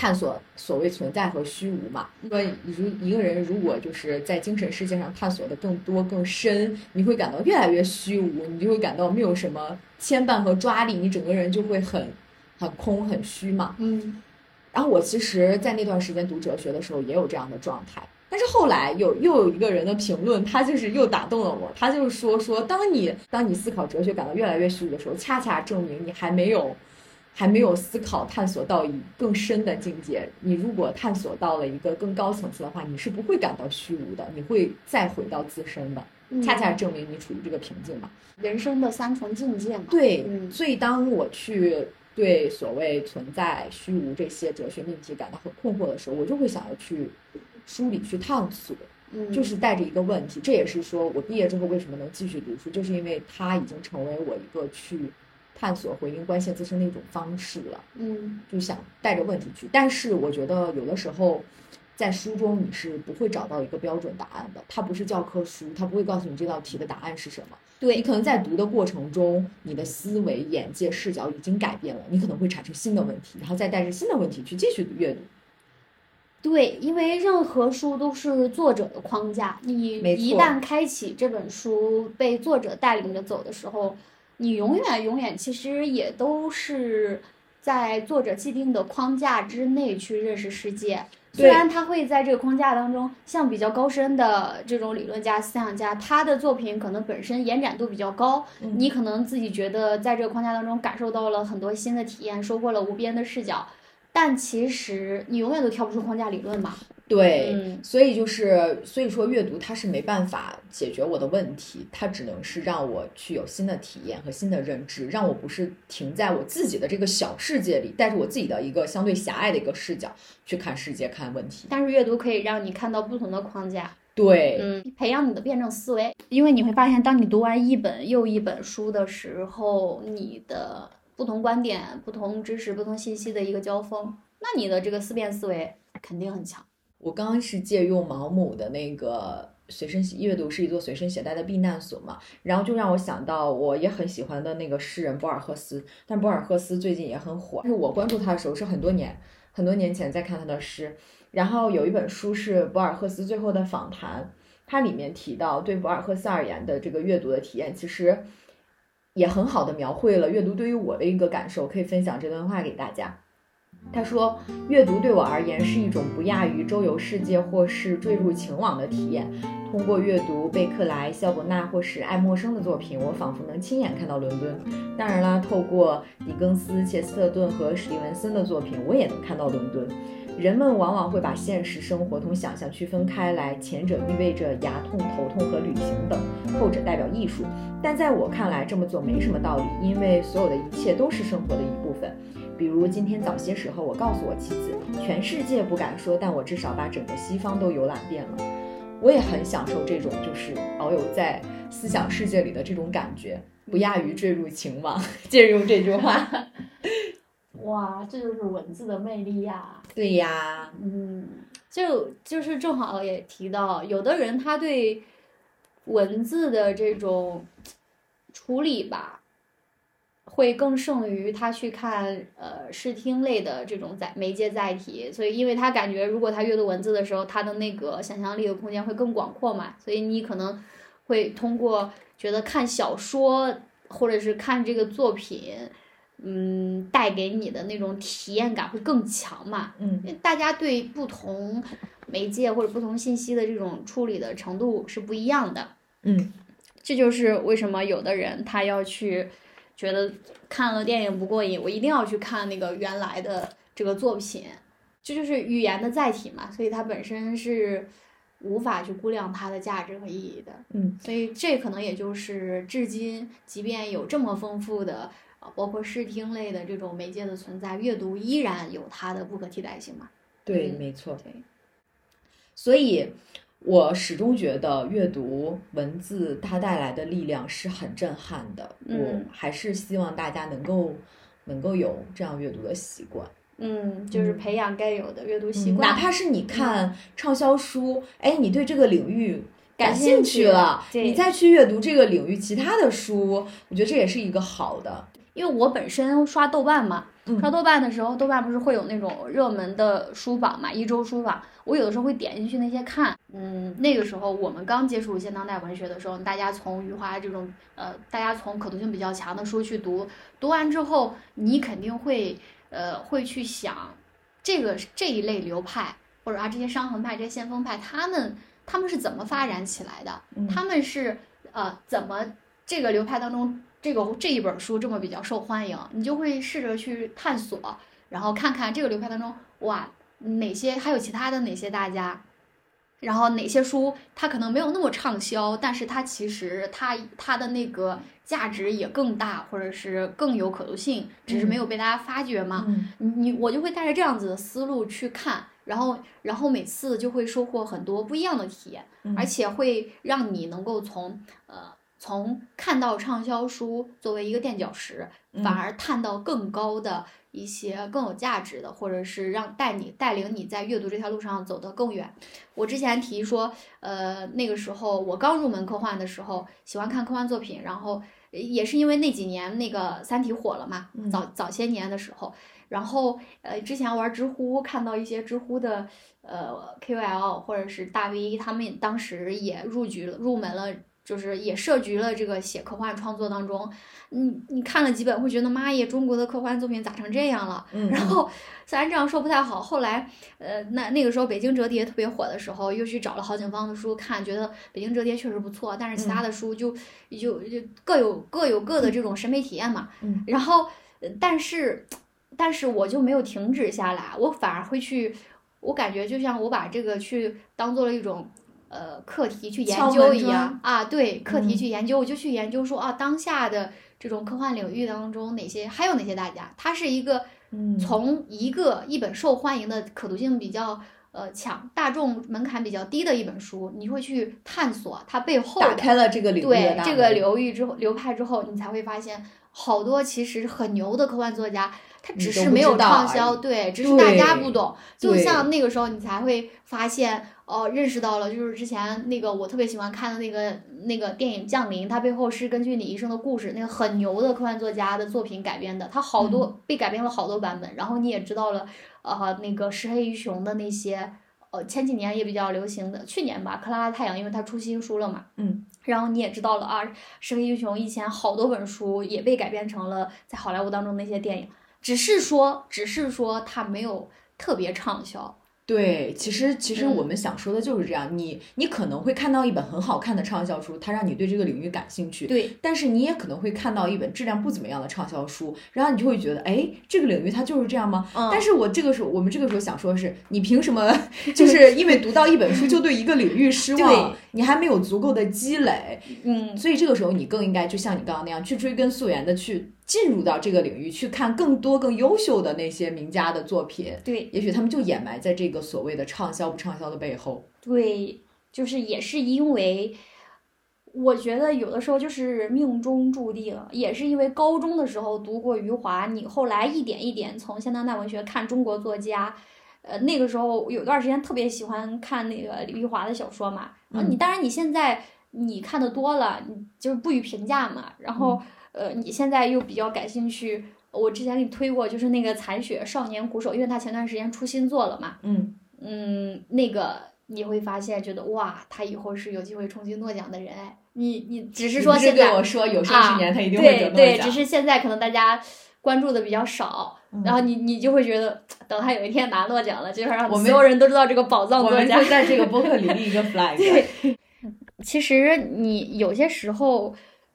探索所谓存在和虚无嘛。说一个人如果就是在精神世界上探索的更多更深，你会感到越来越虚无，你就会感到没有什么牵绊和抓力，你整个人就会很空很虚嘛。然后我其实在那段时间读哲学的时候也有这样的状态，但是后来又有一个人的评论，他就是又打动了我。他就是说当你思考哲学感到越来越虚无的时候，恰恰证明你还没有思考探索到更深的境界。你如果探索到了一个更高层次的话，你是不会感到虚无的，你会再回到自身的，恰恰证明你处于这个平静嘛。 人生的3重境界嘛。 对，所以当我去对所谓存在虚无这些哲学命题感到很困惑的时候，我就会想要去梳理去探索，就是带着一个问题。这也是说我毕业之后为什么能继续读书，就是因为它已经成为我一个去探索回应关系自身的一种方式了。就想带着问题去。但是我觉得有的时候在书中你是不会找到一个标准答案的，它不是教科书，它不会告诉你这道题的答案是什么。 对， 你可能在读的过程中，你的思维、眼界、视角已经改变了，你可能会产生新的问题，然后再带着新的问题去继续阅读。 对，因为任何书都是作者的框架，你一旦开启这本书被作者带领着走的时候，你永远其实也都是在作者既定的框架之内去认识世界。虽然他会在这个框架当中，像比较高深的这种理论家、思想家，他的作品可能本身延展度比较高，你可能自己觉得在这个框架当中感受到了很多新的体验，收获了无边的视角，但其实你永远都跳不出框架理论嘛。 对，所以说阅读它是没办法解决我的问题，它只能是让我去有新的体验和新的认知，让我不是停在我自己的这个小世界里，带着我自己的一个相对狭隘的一个视角去看世界看问题。 但是阅读可以让你看到不同的框架。 对， 培养你的辩证思维，因为你会发现当你读完一本又一本书的时候，你的不同观点、不同知识、不同信息的一个交锋，那你的这个思辨思维肯定很强。 我刚刚是借用毛姆的那个阅读是一座随身携带的避难所嘛，然后就让我想到我也很喜欢的那个诗人博尔赫斯，但博尔赫斯最近也很火，但是我关注他的时候是很多年前在看他的诗，然后有一本书是博尔赫斯最后的访谈，它里面提到对博尔赫斯而言的这个阅读的体验，其实也很好的描绘了阅读对于我的一个感受，可以分享这段话给大家。他说，阅读对我而言是一种不亚于周游世界或是坠入情网的体验。通过阅读贝克莱、肖伯纳或是爱默生的作品，我仿佛能亲眼看到伦敦。当然啦，透过狄更斯、切斯特顿和史蒂文森的作品，我也能看到伦敦。人们往往会把现实生活同想象区分开来，前者意味着牙痛、头痛和旅行等，后者代表艺术。但在我看来，这么做没什么道理，因为所有的一切都是生活的一部分。比如今天早些时候，我告诉我妻子，全世界不敢说，但我至少把整个西方都游览遍了。我也很享受这种就是遨游在思想世界里的这种感觉，不亚于坠入情网。借用这句话。 哇，这就是文字的魅力呀！ 对呀， 就是正好也提到，有的人他对文字的这种处理吧，会更胜于他去看视听类的这种媒介载体，所以因为他感觉如果他阅读文字的时候，他的那个想象力的空间会更广阔嘛，所以你可能会通过觉得看小说或者是看这个作品，带给你的那种体验感会更强嘛。大家对不同媒介或者不同信息的这种处理的程度是不一样的。这就是为什么有的人他要去觉得看了电影不过瘾，我一定要去看那个原来的这个作品，这就是语言的载体嘛，所以它本身是无法去估量它的价值和意义的。所以这可能也就是至今即便有这么丰富的包括视听类的这种媒介的存在，阅读依然有它的不可替代性嘛。 对，没错。对，所以我始终觉得阅读文字它带来的力量是很震撼的。我还是希望大家能够有这样阅读的习惯。 就是培养该有的阅读习惯。 哪怕是你看畅销书，你对这个领域感兴趣了，你再去阅读这个领域其他的书，我觉得这也是一个好的。 因为我本身刷豆瓣嘛， 刷豆瓣的时候，豆瓣不是会有那种热门的书榜嘛，一周书榜，我有的时候会点进去那些看。那个时候我们刚接触现当代文学的时候，大家从余华这种大家从可读性比较强的书去读完之后，你肯定会去想这一类流派或者这些伤痕派、这些先锋派，他们是怎么发展起来的？他们是怎么这个流派当中这一本书这么比较受欢迎？你就会试着去探索，然后看看这个流派当中哇哪些还有其他的哪些大家。然后哪些书它可能没有那么畅销，但是它其实它的那个价值也更大，或者是更有可读性，只是没有被大家发掘嘛。我就会带着这样子的思路去看，然后每次就会收获很多不一样的体验，而且会让你能够从看到畅销书作为一个垫脚石，反而探到更高的一些更有价值的，或者是带领你在阅读这条路上走得更远。我之前提说，那个时候我刚入门科幻的时候，喜欢看科幻作品，然后也是因为那几年那个《三体》火了嘛，早些年的时候，然后之前玩知乎，看到一些知乎的KOL 或者是大 V， 他们当时也入门了。就是也涉局了这个写科幻创作当中，你看了几本会觉得妈耶，中国的科幻作品咋成这样了？然后虽然这样说不太好，后来那个时候北京折叠特别火的时候，又去找了郝景芳的书看，觉得北京折叠确实不错，但是其他的书就各有各的这种审美体验嘛。然后但是我就没有停止下来，我反而会去，我感觉就像我把这个去当做了一种。课题去研究一样对，课题去研究，我就去研究说当下的这种科幻领域当中还有哪些大家，它是一个从一本受欢迎的可读性比较强、大众门槛比较低的一本书，你会去探索它背后打开了这个领域的对这个流派之后，你才会发现好多其实很牛的科幻作家。它只是没有畅销，对，只是大家不懂。就像那个时候，你才会发现，认识到了，就是之前那个我特别喜欢看的那个电影《降临》，它背后是根据李医生的故事，那个很牛的科幻作家的作品改编的，它好多被改编了好多版本。然后你也知道了，那个石黑一雄的那些，前几年也比较流行的，去年吧，《克拉拉太阳》，因为它出新书了嘛，然后你也知道了石黑一雄以前好多本书也被改编成了在好莱坞当中那些电影。只是说它没有特别畅销。 对，其实我们想说的就是这样，你可能会看到一本很好看的畅销书，它让你对这个领域感兴趣。 对， 但是你也可能会看到一本质量不怎么样的畅销书，然后你就会觉得，哎，这个领域它就是这样吗？但是我们这个时候想说的是，你凭什么就是因为读到一本书就对一个领域失望？你还没有足够的积累。所以这个时候你更应该就像你刚刚那样，去追根溯源的去进入到这个领域，去看更多更优秀的那些名家的作品。 对， 也许他们就掩埋在这个所谓的畅销不畅销的背后。 对，就是也是因为我觉得有的时候就是命中注定，也是因为高中的时候读过余华，你后来一点一点从现当代文学看中国作家。那个时候有段时间特别喜欢看那个余华的小说嘛，当然你现在你看的多了，你就是不予评价嘛。然后你现在又比较感兴趣，我之前给你推过，就是那个残雪少年鼓手，因为他前段时间出新作了嘛。那个你会发现觉得哇，他以后是有机会冲击诺奖的人哎。你只是说现在跟我说有生之年他一定会得诺奖。 对，只是现在可能大家关注的比较少。然后你就会觉得，等他有一天拿诺奖了，就是让所有人都知道这个宝藏作家。 我们就在这个播客里立一个 flag。 对，其实你有些时候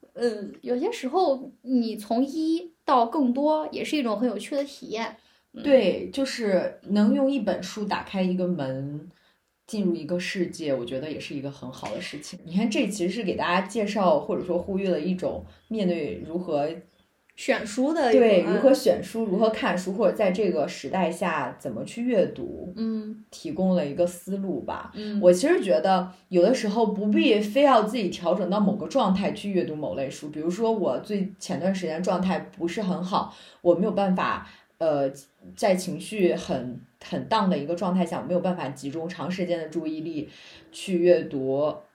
你从一到更多，也是一种很有趣的体验。 对，就是能用一本书打开一个门，进入一个世界，我觉得也是一个很好的事情。你看，这其实是给大家介绍或者说呼吁了一种面对如何选书的对，如何选书，如何看书，或者在这个时代下怎么去阅读，提供了一个思路吧。我其实觉得有的时候不必非要自己调整到某个状态去阅读某类书，比如说我前段时间状态不是很好，我没有办法在情绪很down的一个状态下，我没有办法集中长时间的注意力去阅读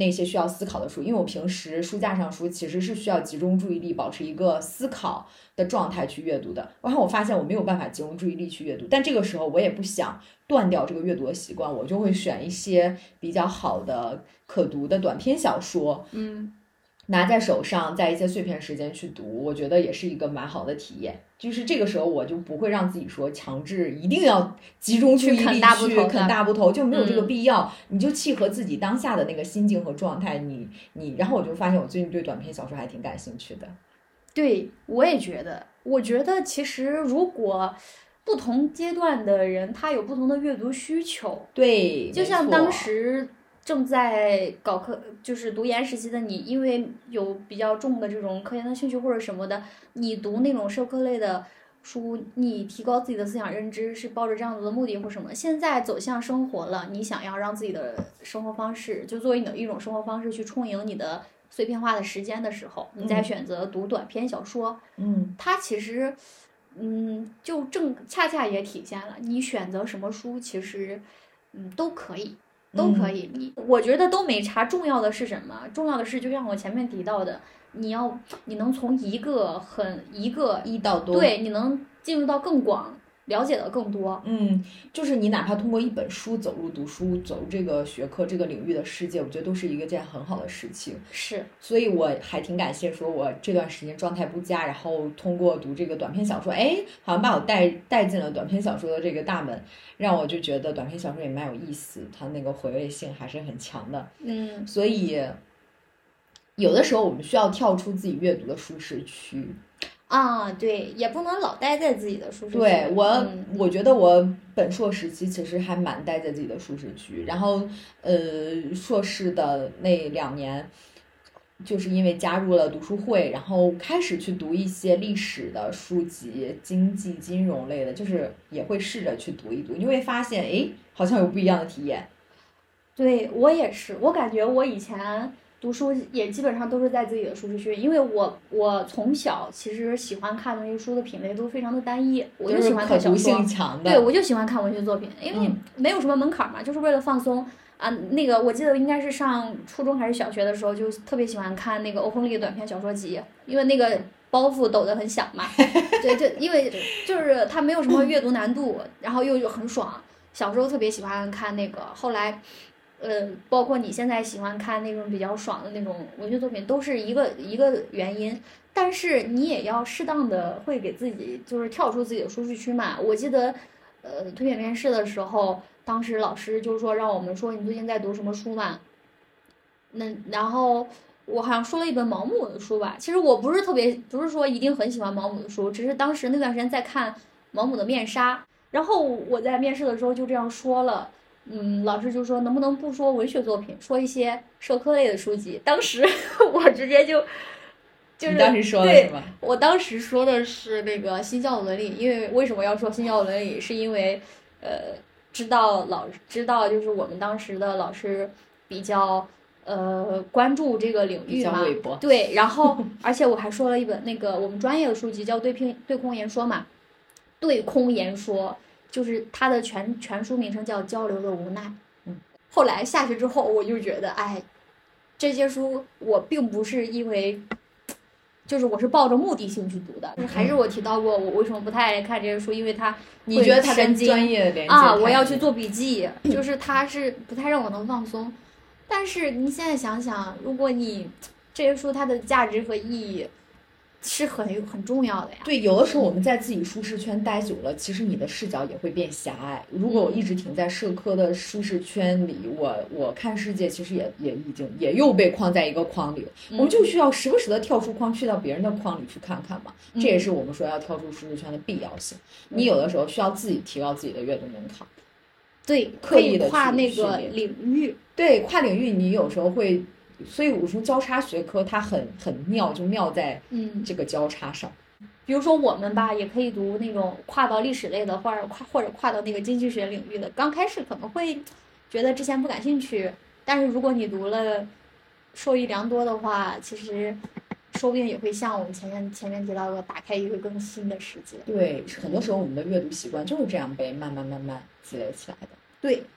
那些需要思考的书，因为我平时书架上书其实是需要集中注意力，保持一个思考的状态去阅读的。然后我发现我没有办法集中注意力去阅读，但这个时候我也不想断掉这个阅读的习惯，我就会选一些比较好的可读的短篇小说，拿在手上，在一些碎片时间去读，我觉得也是一个蛮好的体验。就是这个时候我就不会让自己说强制一定要集中注意力去啃大部头，就没有这个必要，你就契合自己当下的那个心境和状态，你然后我就发现我最近对短篇小说还挺感兴趣的。 对，我也觉得，我觉得其实如果不同阶段的人他有不同的阅读需求， 对， 就像当时正在搞就是读研时期的你，因为有比较重的这种科研的兴趣或者什么的，你读那种社科类的书，你提高自己的思想认知是抱着这样子的目的或什么。现在走向生活了，你想要让自己的生活方式就作为你的一种生活方式去充盈你的碎片化的时间的时候，你再选择读短篇小说，它其实就恰恰也体现了你选择什么书其实都可以。我觉得都没差。重要的是什么？重要的是，就像我前面提到的，你能从一到多， 对，你能进入到更广，了解的更多。 就是你哪怕通过一本书走入读书，走入这个学科这个领域的世界，我觉得都是一件很好的事情。 是， 所以我还挺感谢说我这段时间状态不佳，然后通过读这个短篇小说，好像把我带进了短篇小说的这个大门，让我就觉得短篇小说也蛮有意思，它那个回味性还是很强的。所以有的时候我们需要跳出自己阅读的舒适区。 对，也不能老待在自己的舒适区。 对，我觉得我本硕时期其实还蛮待在自己的舒适区，然后硕士的那2年，就是因为加入了读书会，然后开始去读一些历史的书籍、经济、金融类的，就是也会试着去读一读，你会发现，好像有不一样的体验。 对，我也是，我感觉我以前读书也基本上都是在自己的舒适区，因为我从小其实喜欢看的那些书的品类都非常的单一，我就喜欢看小说， 就是可读性强的。 对，我就喜欢看文学作品，因为没有什么门槛嘛，就是为了放松啊。那个我记得应该是上初中还是小学的时候，就特别喜欢看那个欧亨利短篇小说集，因为那个包袱抖得很响嘛。对，因为就是它没有什么阅读难度，然后又很爽。小时候特别喜欢看那个，后来。包括你现在喜欢看那种比较爽的那种文学作品，都是一个原因。但是你也要适当的会给自己就是跳出自己的舒适区嘛。我记得，推荐面试的时候，当时老师就说让我们说你最近在读什么书嘛。然后我好像说了一本毛姆的书吧。其实我不是说一定很喜欢毛姆的书，只是当时那段时间在看毛姆的《面纱》，然后我在面试的时候就这样说了。老师就说能不能不说文学作品，说一些社科类的书籍。当时我直接就是你当时说的是吗？ 我当时说的是那个新教伦理，因为为什么要说新教伦理，是因为知道就是我们当时的老师比较关注这个领域嘛，对，然后而且我还说了一本那个我们专业的书籍叫对空言说嘛，对空言说。就是它的全书名称叫《交流的无奈》。后来下去之后，我就觉得，这些书我并不是因为，就是我是抱着目的性去读的。还是我提到过，我为什么不太爱看这些书，因为它你觉得它跟专业连接我要去做笔记，就是它是不太让我能放松。但是你现在想想，如果你这些书它的价值和意义。是很重要的呀。 对，有的时候我们在自己舒适圈待久了，其实你的视角也会变狭隘。如果我一直停在社科的舒适圈里，我看世界其实也又被框在一个框里了。我们就需要时不时的跳出框，去到别人的框里去看看嘛。这也是我们说要跳出舒适圈的必要性。你有的时候需要自己提高自己的阅读门槛。 对， 刻意的跨那个领域。 对，跨领域你有时候会。所以我说交叉学科它很妙，就妙在这个交叉上。 比如说我们吧，也可以读那种跨到历史类的，或者跨到那个经济学领域的。刚开始可能会觉得之前不感兴趣，但是如果你读了，受益良多的话，其实说不定也会像我们前面提到的，打开一个更新的世界。 对，很多时候我们的阅读习惯就是这样被慢慢积累起来的。 对。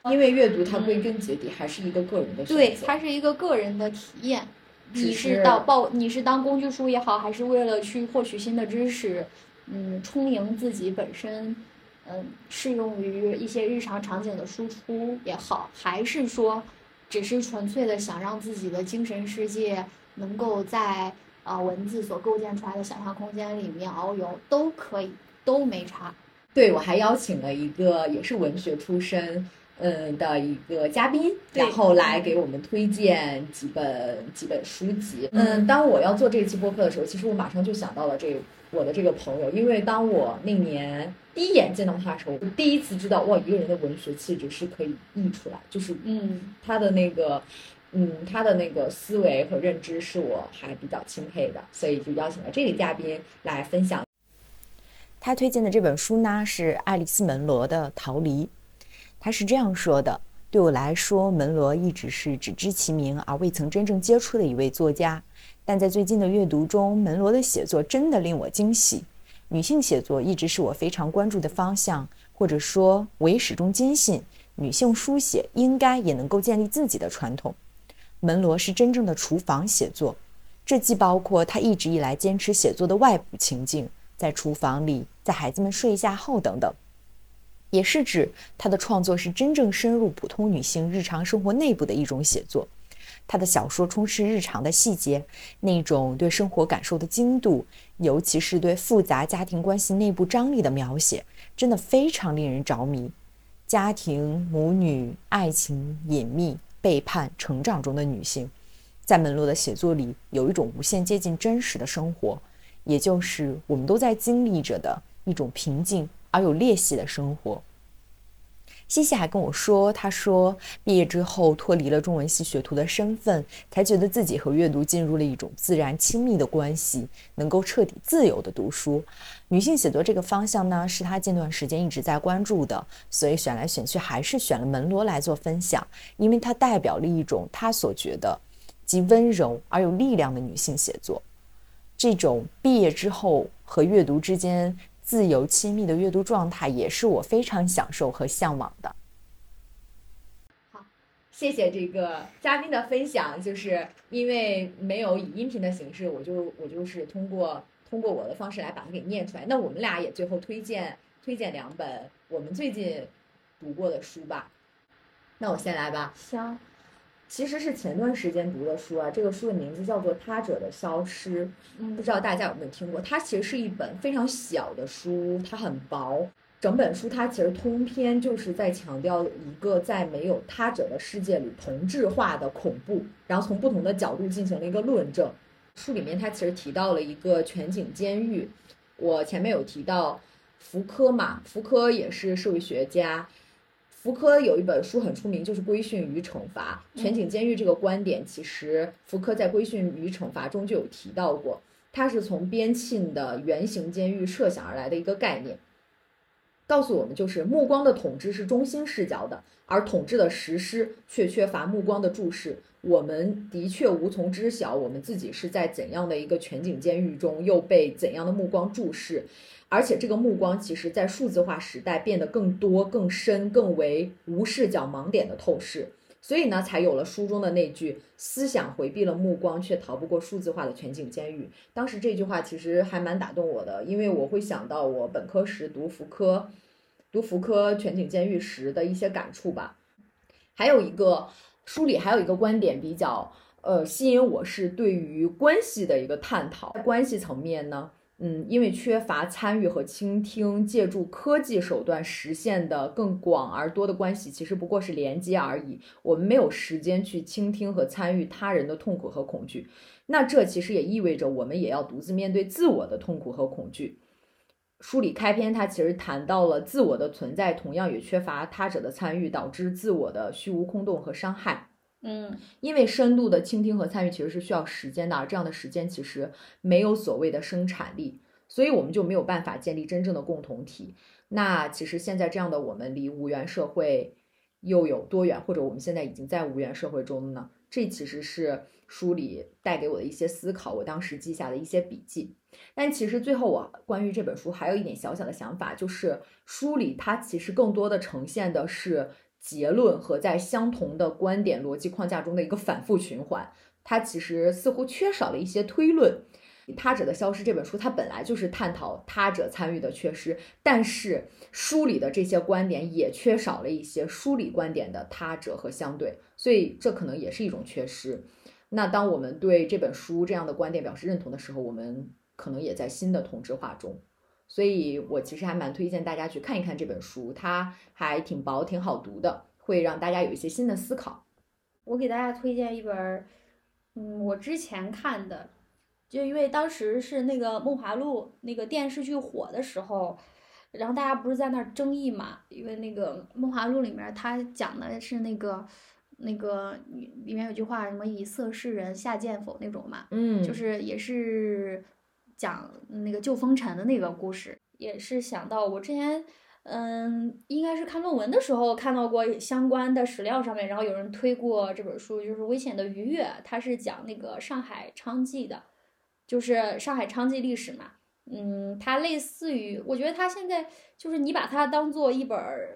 因为阅读它归根结底还是一个个人的选择， 对，它是一个个人的体验。你是当工具书也好，还是为了去获取新的知识，充盈自己本身，适用于一些日常场景的输出也好，还是说只是纯粹的想让自己的精神世界能够在文字所构建出来的想象空间里面遨游，都可以，都没差。 对，我还邀请了一个也是文学出身的一个嘉宾，然后来给我们推荐几本书籍。当我要做这期播客的时候，其实我马上就想到了我的这个朋友，因为当我那年第一眼见到他的时候，我第一次知道哇，一个人的文学气质是可以溢出来，就是他的那个思维和认知是我还比较钦佩的，所以就邀请了这个嘉宾来分享。 他推荐的这本书呢是爱丽丝·门罗的《逃离》。他是这样说的：对我来说，门罗一直是只知其名而未曾真正接触的一位作家，但在最近的阅读中，门罗的写作真的令我惊喜。女性写作一直是我非常关注的方向，或者说我也始终坚信女性书写应该也能够建立自己的传统。门罗是真正的厨房写作，这既包括他一直以来坚持写作的外部情境，在厨房里，在孩子们睡下后等等，也是指他的创作是真正深入普通女性日常生活内部的一种写作。他的小说充斥日常的细节，那种对生活感受的精度，尤其是对复杂家庭关系内部张力的描写，真的非常令人着迷。家庭、母女、爱情、隐秘、背叛、成长中的女性，在门罗的写作里有一种无限接近真实的生活，也就是我们都在经历着的一种平静而有裂隙的生活。西西还跟我说，他说毕业之后脱离了中文系学徒的身份，才觉得自己和阅读进入了一种自然亲密的关系，能够彻底自由的读书。女性写作这个方向呢，是他近段时间一直在关注的，所以选来选去还是选了门罗来做分享，因为它代表了一种他所觉得既温柔而有力量的女性写作。这种毕业之后和阅读之间自由亲密的阅读状态，也是我非常享受和向往的。 好，谢谢这个嘉宾的分享。就是因为没有以音频的形式，我就是通过我的方式来把它给念出来。那我们俩也最后推荐2本我们最近读过的书吧。那我先来吧。 行。 其实是前段时间读的书啊，这个书的名字叫做《他者的消失》，不知道大家有没有听过。它其实是一本非常小的书，它很薄，整本书它其实通篇就是在强调一个在没有他者的世界里同质化的恐怖，然后从不同的角度进行了一个论证。书里面它其实提到了一个全景监狱，我前面有提到福柯嘛，福柯也是社会学家。福柯有一本书很出名，就是《规训与惩罚》。全景监狱这个观点，其实福柯在《规训与惩罚》中就有提到过，它是从边沁的圆形监狱设想而来的一个概念，告诉我们就是目光的统治是中心视角的，而统治的实施却缺乏目光的注视。我们的确无从知晓我们自己是在怎样的一个全景监狱中，又被怎样的目光注视。而且这个目光其实在数字化时代变得更多、更深、更为无视角盲点的透视，所以呢，才有了书中的那句思想回避了目光却逃不过数字化的全景监狱。当时这句话其实还蛮打动我的，因为我会想到我本科时读福柯全景监狱时的一些感触吧。还有一个书里还有一个观点比较吸引我，是对于关系的一个探讨。关系层面呢，因为缺乏参与和倾听，借助科技手段实现的更广而多的关系，其实不过是连接而已。我们没有时间去倾听和参与他人的痛苦和恐惧，那这其实也意味着我们也要独自面对自我的痛苦和恐惧。书里开篇他其实谈到了自我的存在同样也缺乏他者的参与，导致自我的虚无空洞和伤害。因为深度的倾听和参与其实是需要时间的，而这样的时间其实没有所谓的生产力，所以我们就没有办法建立真正的共同体。那其实现在这样的我们离无缘社会又有多远，或者我们现在已经在无缘社会中呢？这其实是书里带给我的一些思考，我当时记下的一些笔记。但其实最后我关于这本书还有一点小小的想法，就是书里它其实更多的呈现的是结论和在相同的观点逻辑框架中的一个反复循环，它其实似乎缺少了一些推论。他者的消失这本书它本来就是探讨他者参与的缺失，但是书里的这些观点也缺少了一些梳理观点的他者和相对，所以这可能也是一种缺失。那当我们对这本书这样的观点表示认同的时候，我们可能也在新的同质化中。所以我其实还蛮推荐大家去看一看这本书，它还挺薄挺好读的，会让大家有一些新的思考。 我给大家推荐一本我之前看的，就因为当时是那个《梦华录》那个电视剧火的时候，然后大家不是在那儿争议嘛，因为那个《梦华录》里面它讲的是那个里面有句话什么以色侍人下贱否那种嘛，就是也是讲那个救风尘的那个故事，也是想到我之前应该是看论文的时候看到过相关的史料上面，然后有人推过这本书，就是《危险的愉悦》，它是讲那个上海娼妓的，就是上海娼妓历史嘛。它类似于，我觉得它现在就是你把它当做一本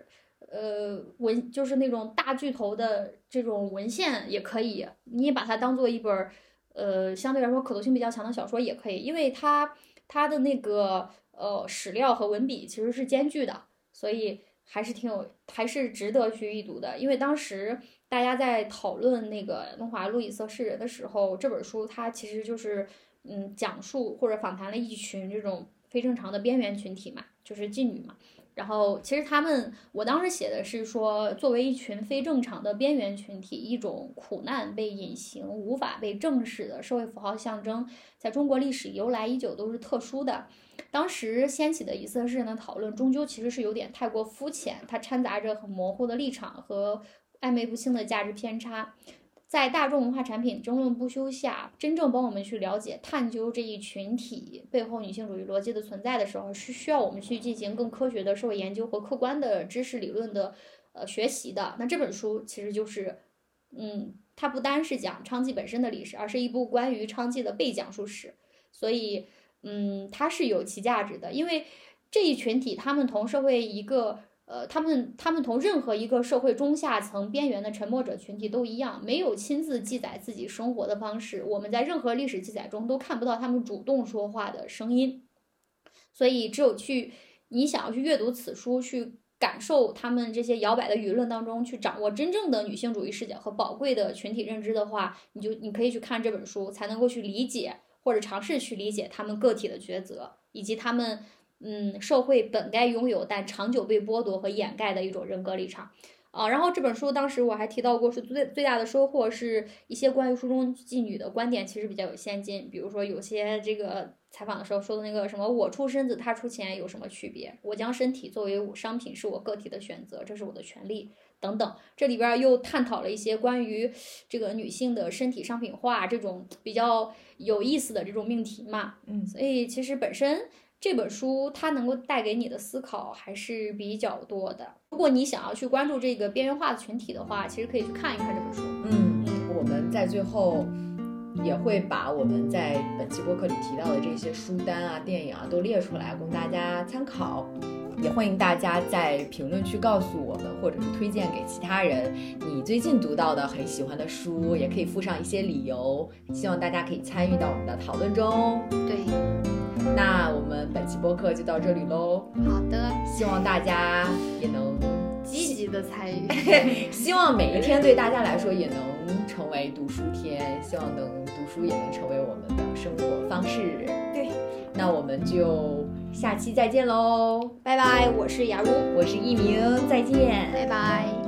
就是那种大巨头的这种文献也可以，你也把它当做一本相对来说可读性比较强的小说也可以，因为它的那个史料和文笔其实是兼具的，所以还是值得去一读的。因为当时大家在讨论那个《梦华录以色侍人》的时候，这本书它其实就是讲述或者访谈了一群这种非正常的边缘群体嘛，就是妓女嘛。然后其实我当时写的是说，作为一群非正常的边缘群体，一种苦难被隐形无法被正视的社会符号象征，在中国历史由来已久都是特殊的。当时掀起的以色侍人的讨论终究其实是有点太过肤浅，它掺杂着很模糊的立场和暧昧不清的价值偏差。在大众文化产品争论不休下，真正帮我们去了解探究这一群体背后女性主义逻辑的存在的时候，是需要我们去进行更科学的社会研究和客观的知识理论的学习的。那这本书其实就是它不单是讲娼妓本身的历史，而是一部关于娼妓的被讲述史，所以它是有其价值的。因为这一群体他们同社会一个他们同任何一个社会中下层边缘的沉默者群体都一样，没有亲自记载自己生活的方式，我们在任何历史记载中都看不到他们主动说话的声音。所以只有你想要去阅读此书，去感受他们这些摇摆的舆论当中，去掌握真正的女性主义视角和宝贵的群体认知的话，你可以去看这本书，才能够去理解或者尝试去理解他们个体的抉择，以及他们社会本该拥有但长久被剥夺和掩盖的一种人格立场然后这本书当时我还提到过，是最大的收获是一些关于书中妓女的观点其实比较有先进，比如说有些这个采访的时候说的那个什么我出身子他出钱有什么区别，我将身体作为商品是我个体的选择，这是我的权利等等。这里边又探讨了一些关于这个女性的身体商品化这种比较有意思的这种命题嘛所以其实本身这本书它能够带给你的思考还是比较多的。如果你想要去关注这个边缘化的群体的话，其实可以去看一看这本书。 我们在最后也会把我们在本期播客里提到的这些书单啊、电影啊都列出来供大家参考。也欢迎大家在评论区告诉我们，或者是推荐给其他人你最近读到的很喜欢的书，也可以附上一些理由，希望大家可以参与到我们的讨论中。 对， 那我们本期播客就到这里喽。 好的， 希望大家也能积极的参与希望每一天对大家来说也能成为读书天，希望读书也能成为我们的生活方式。 对， 那我们就下期再见喽， 拜拜。我是雅茹， 我是一鸣，再见， 拜拜。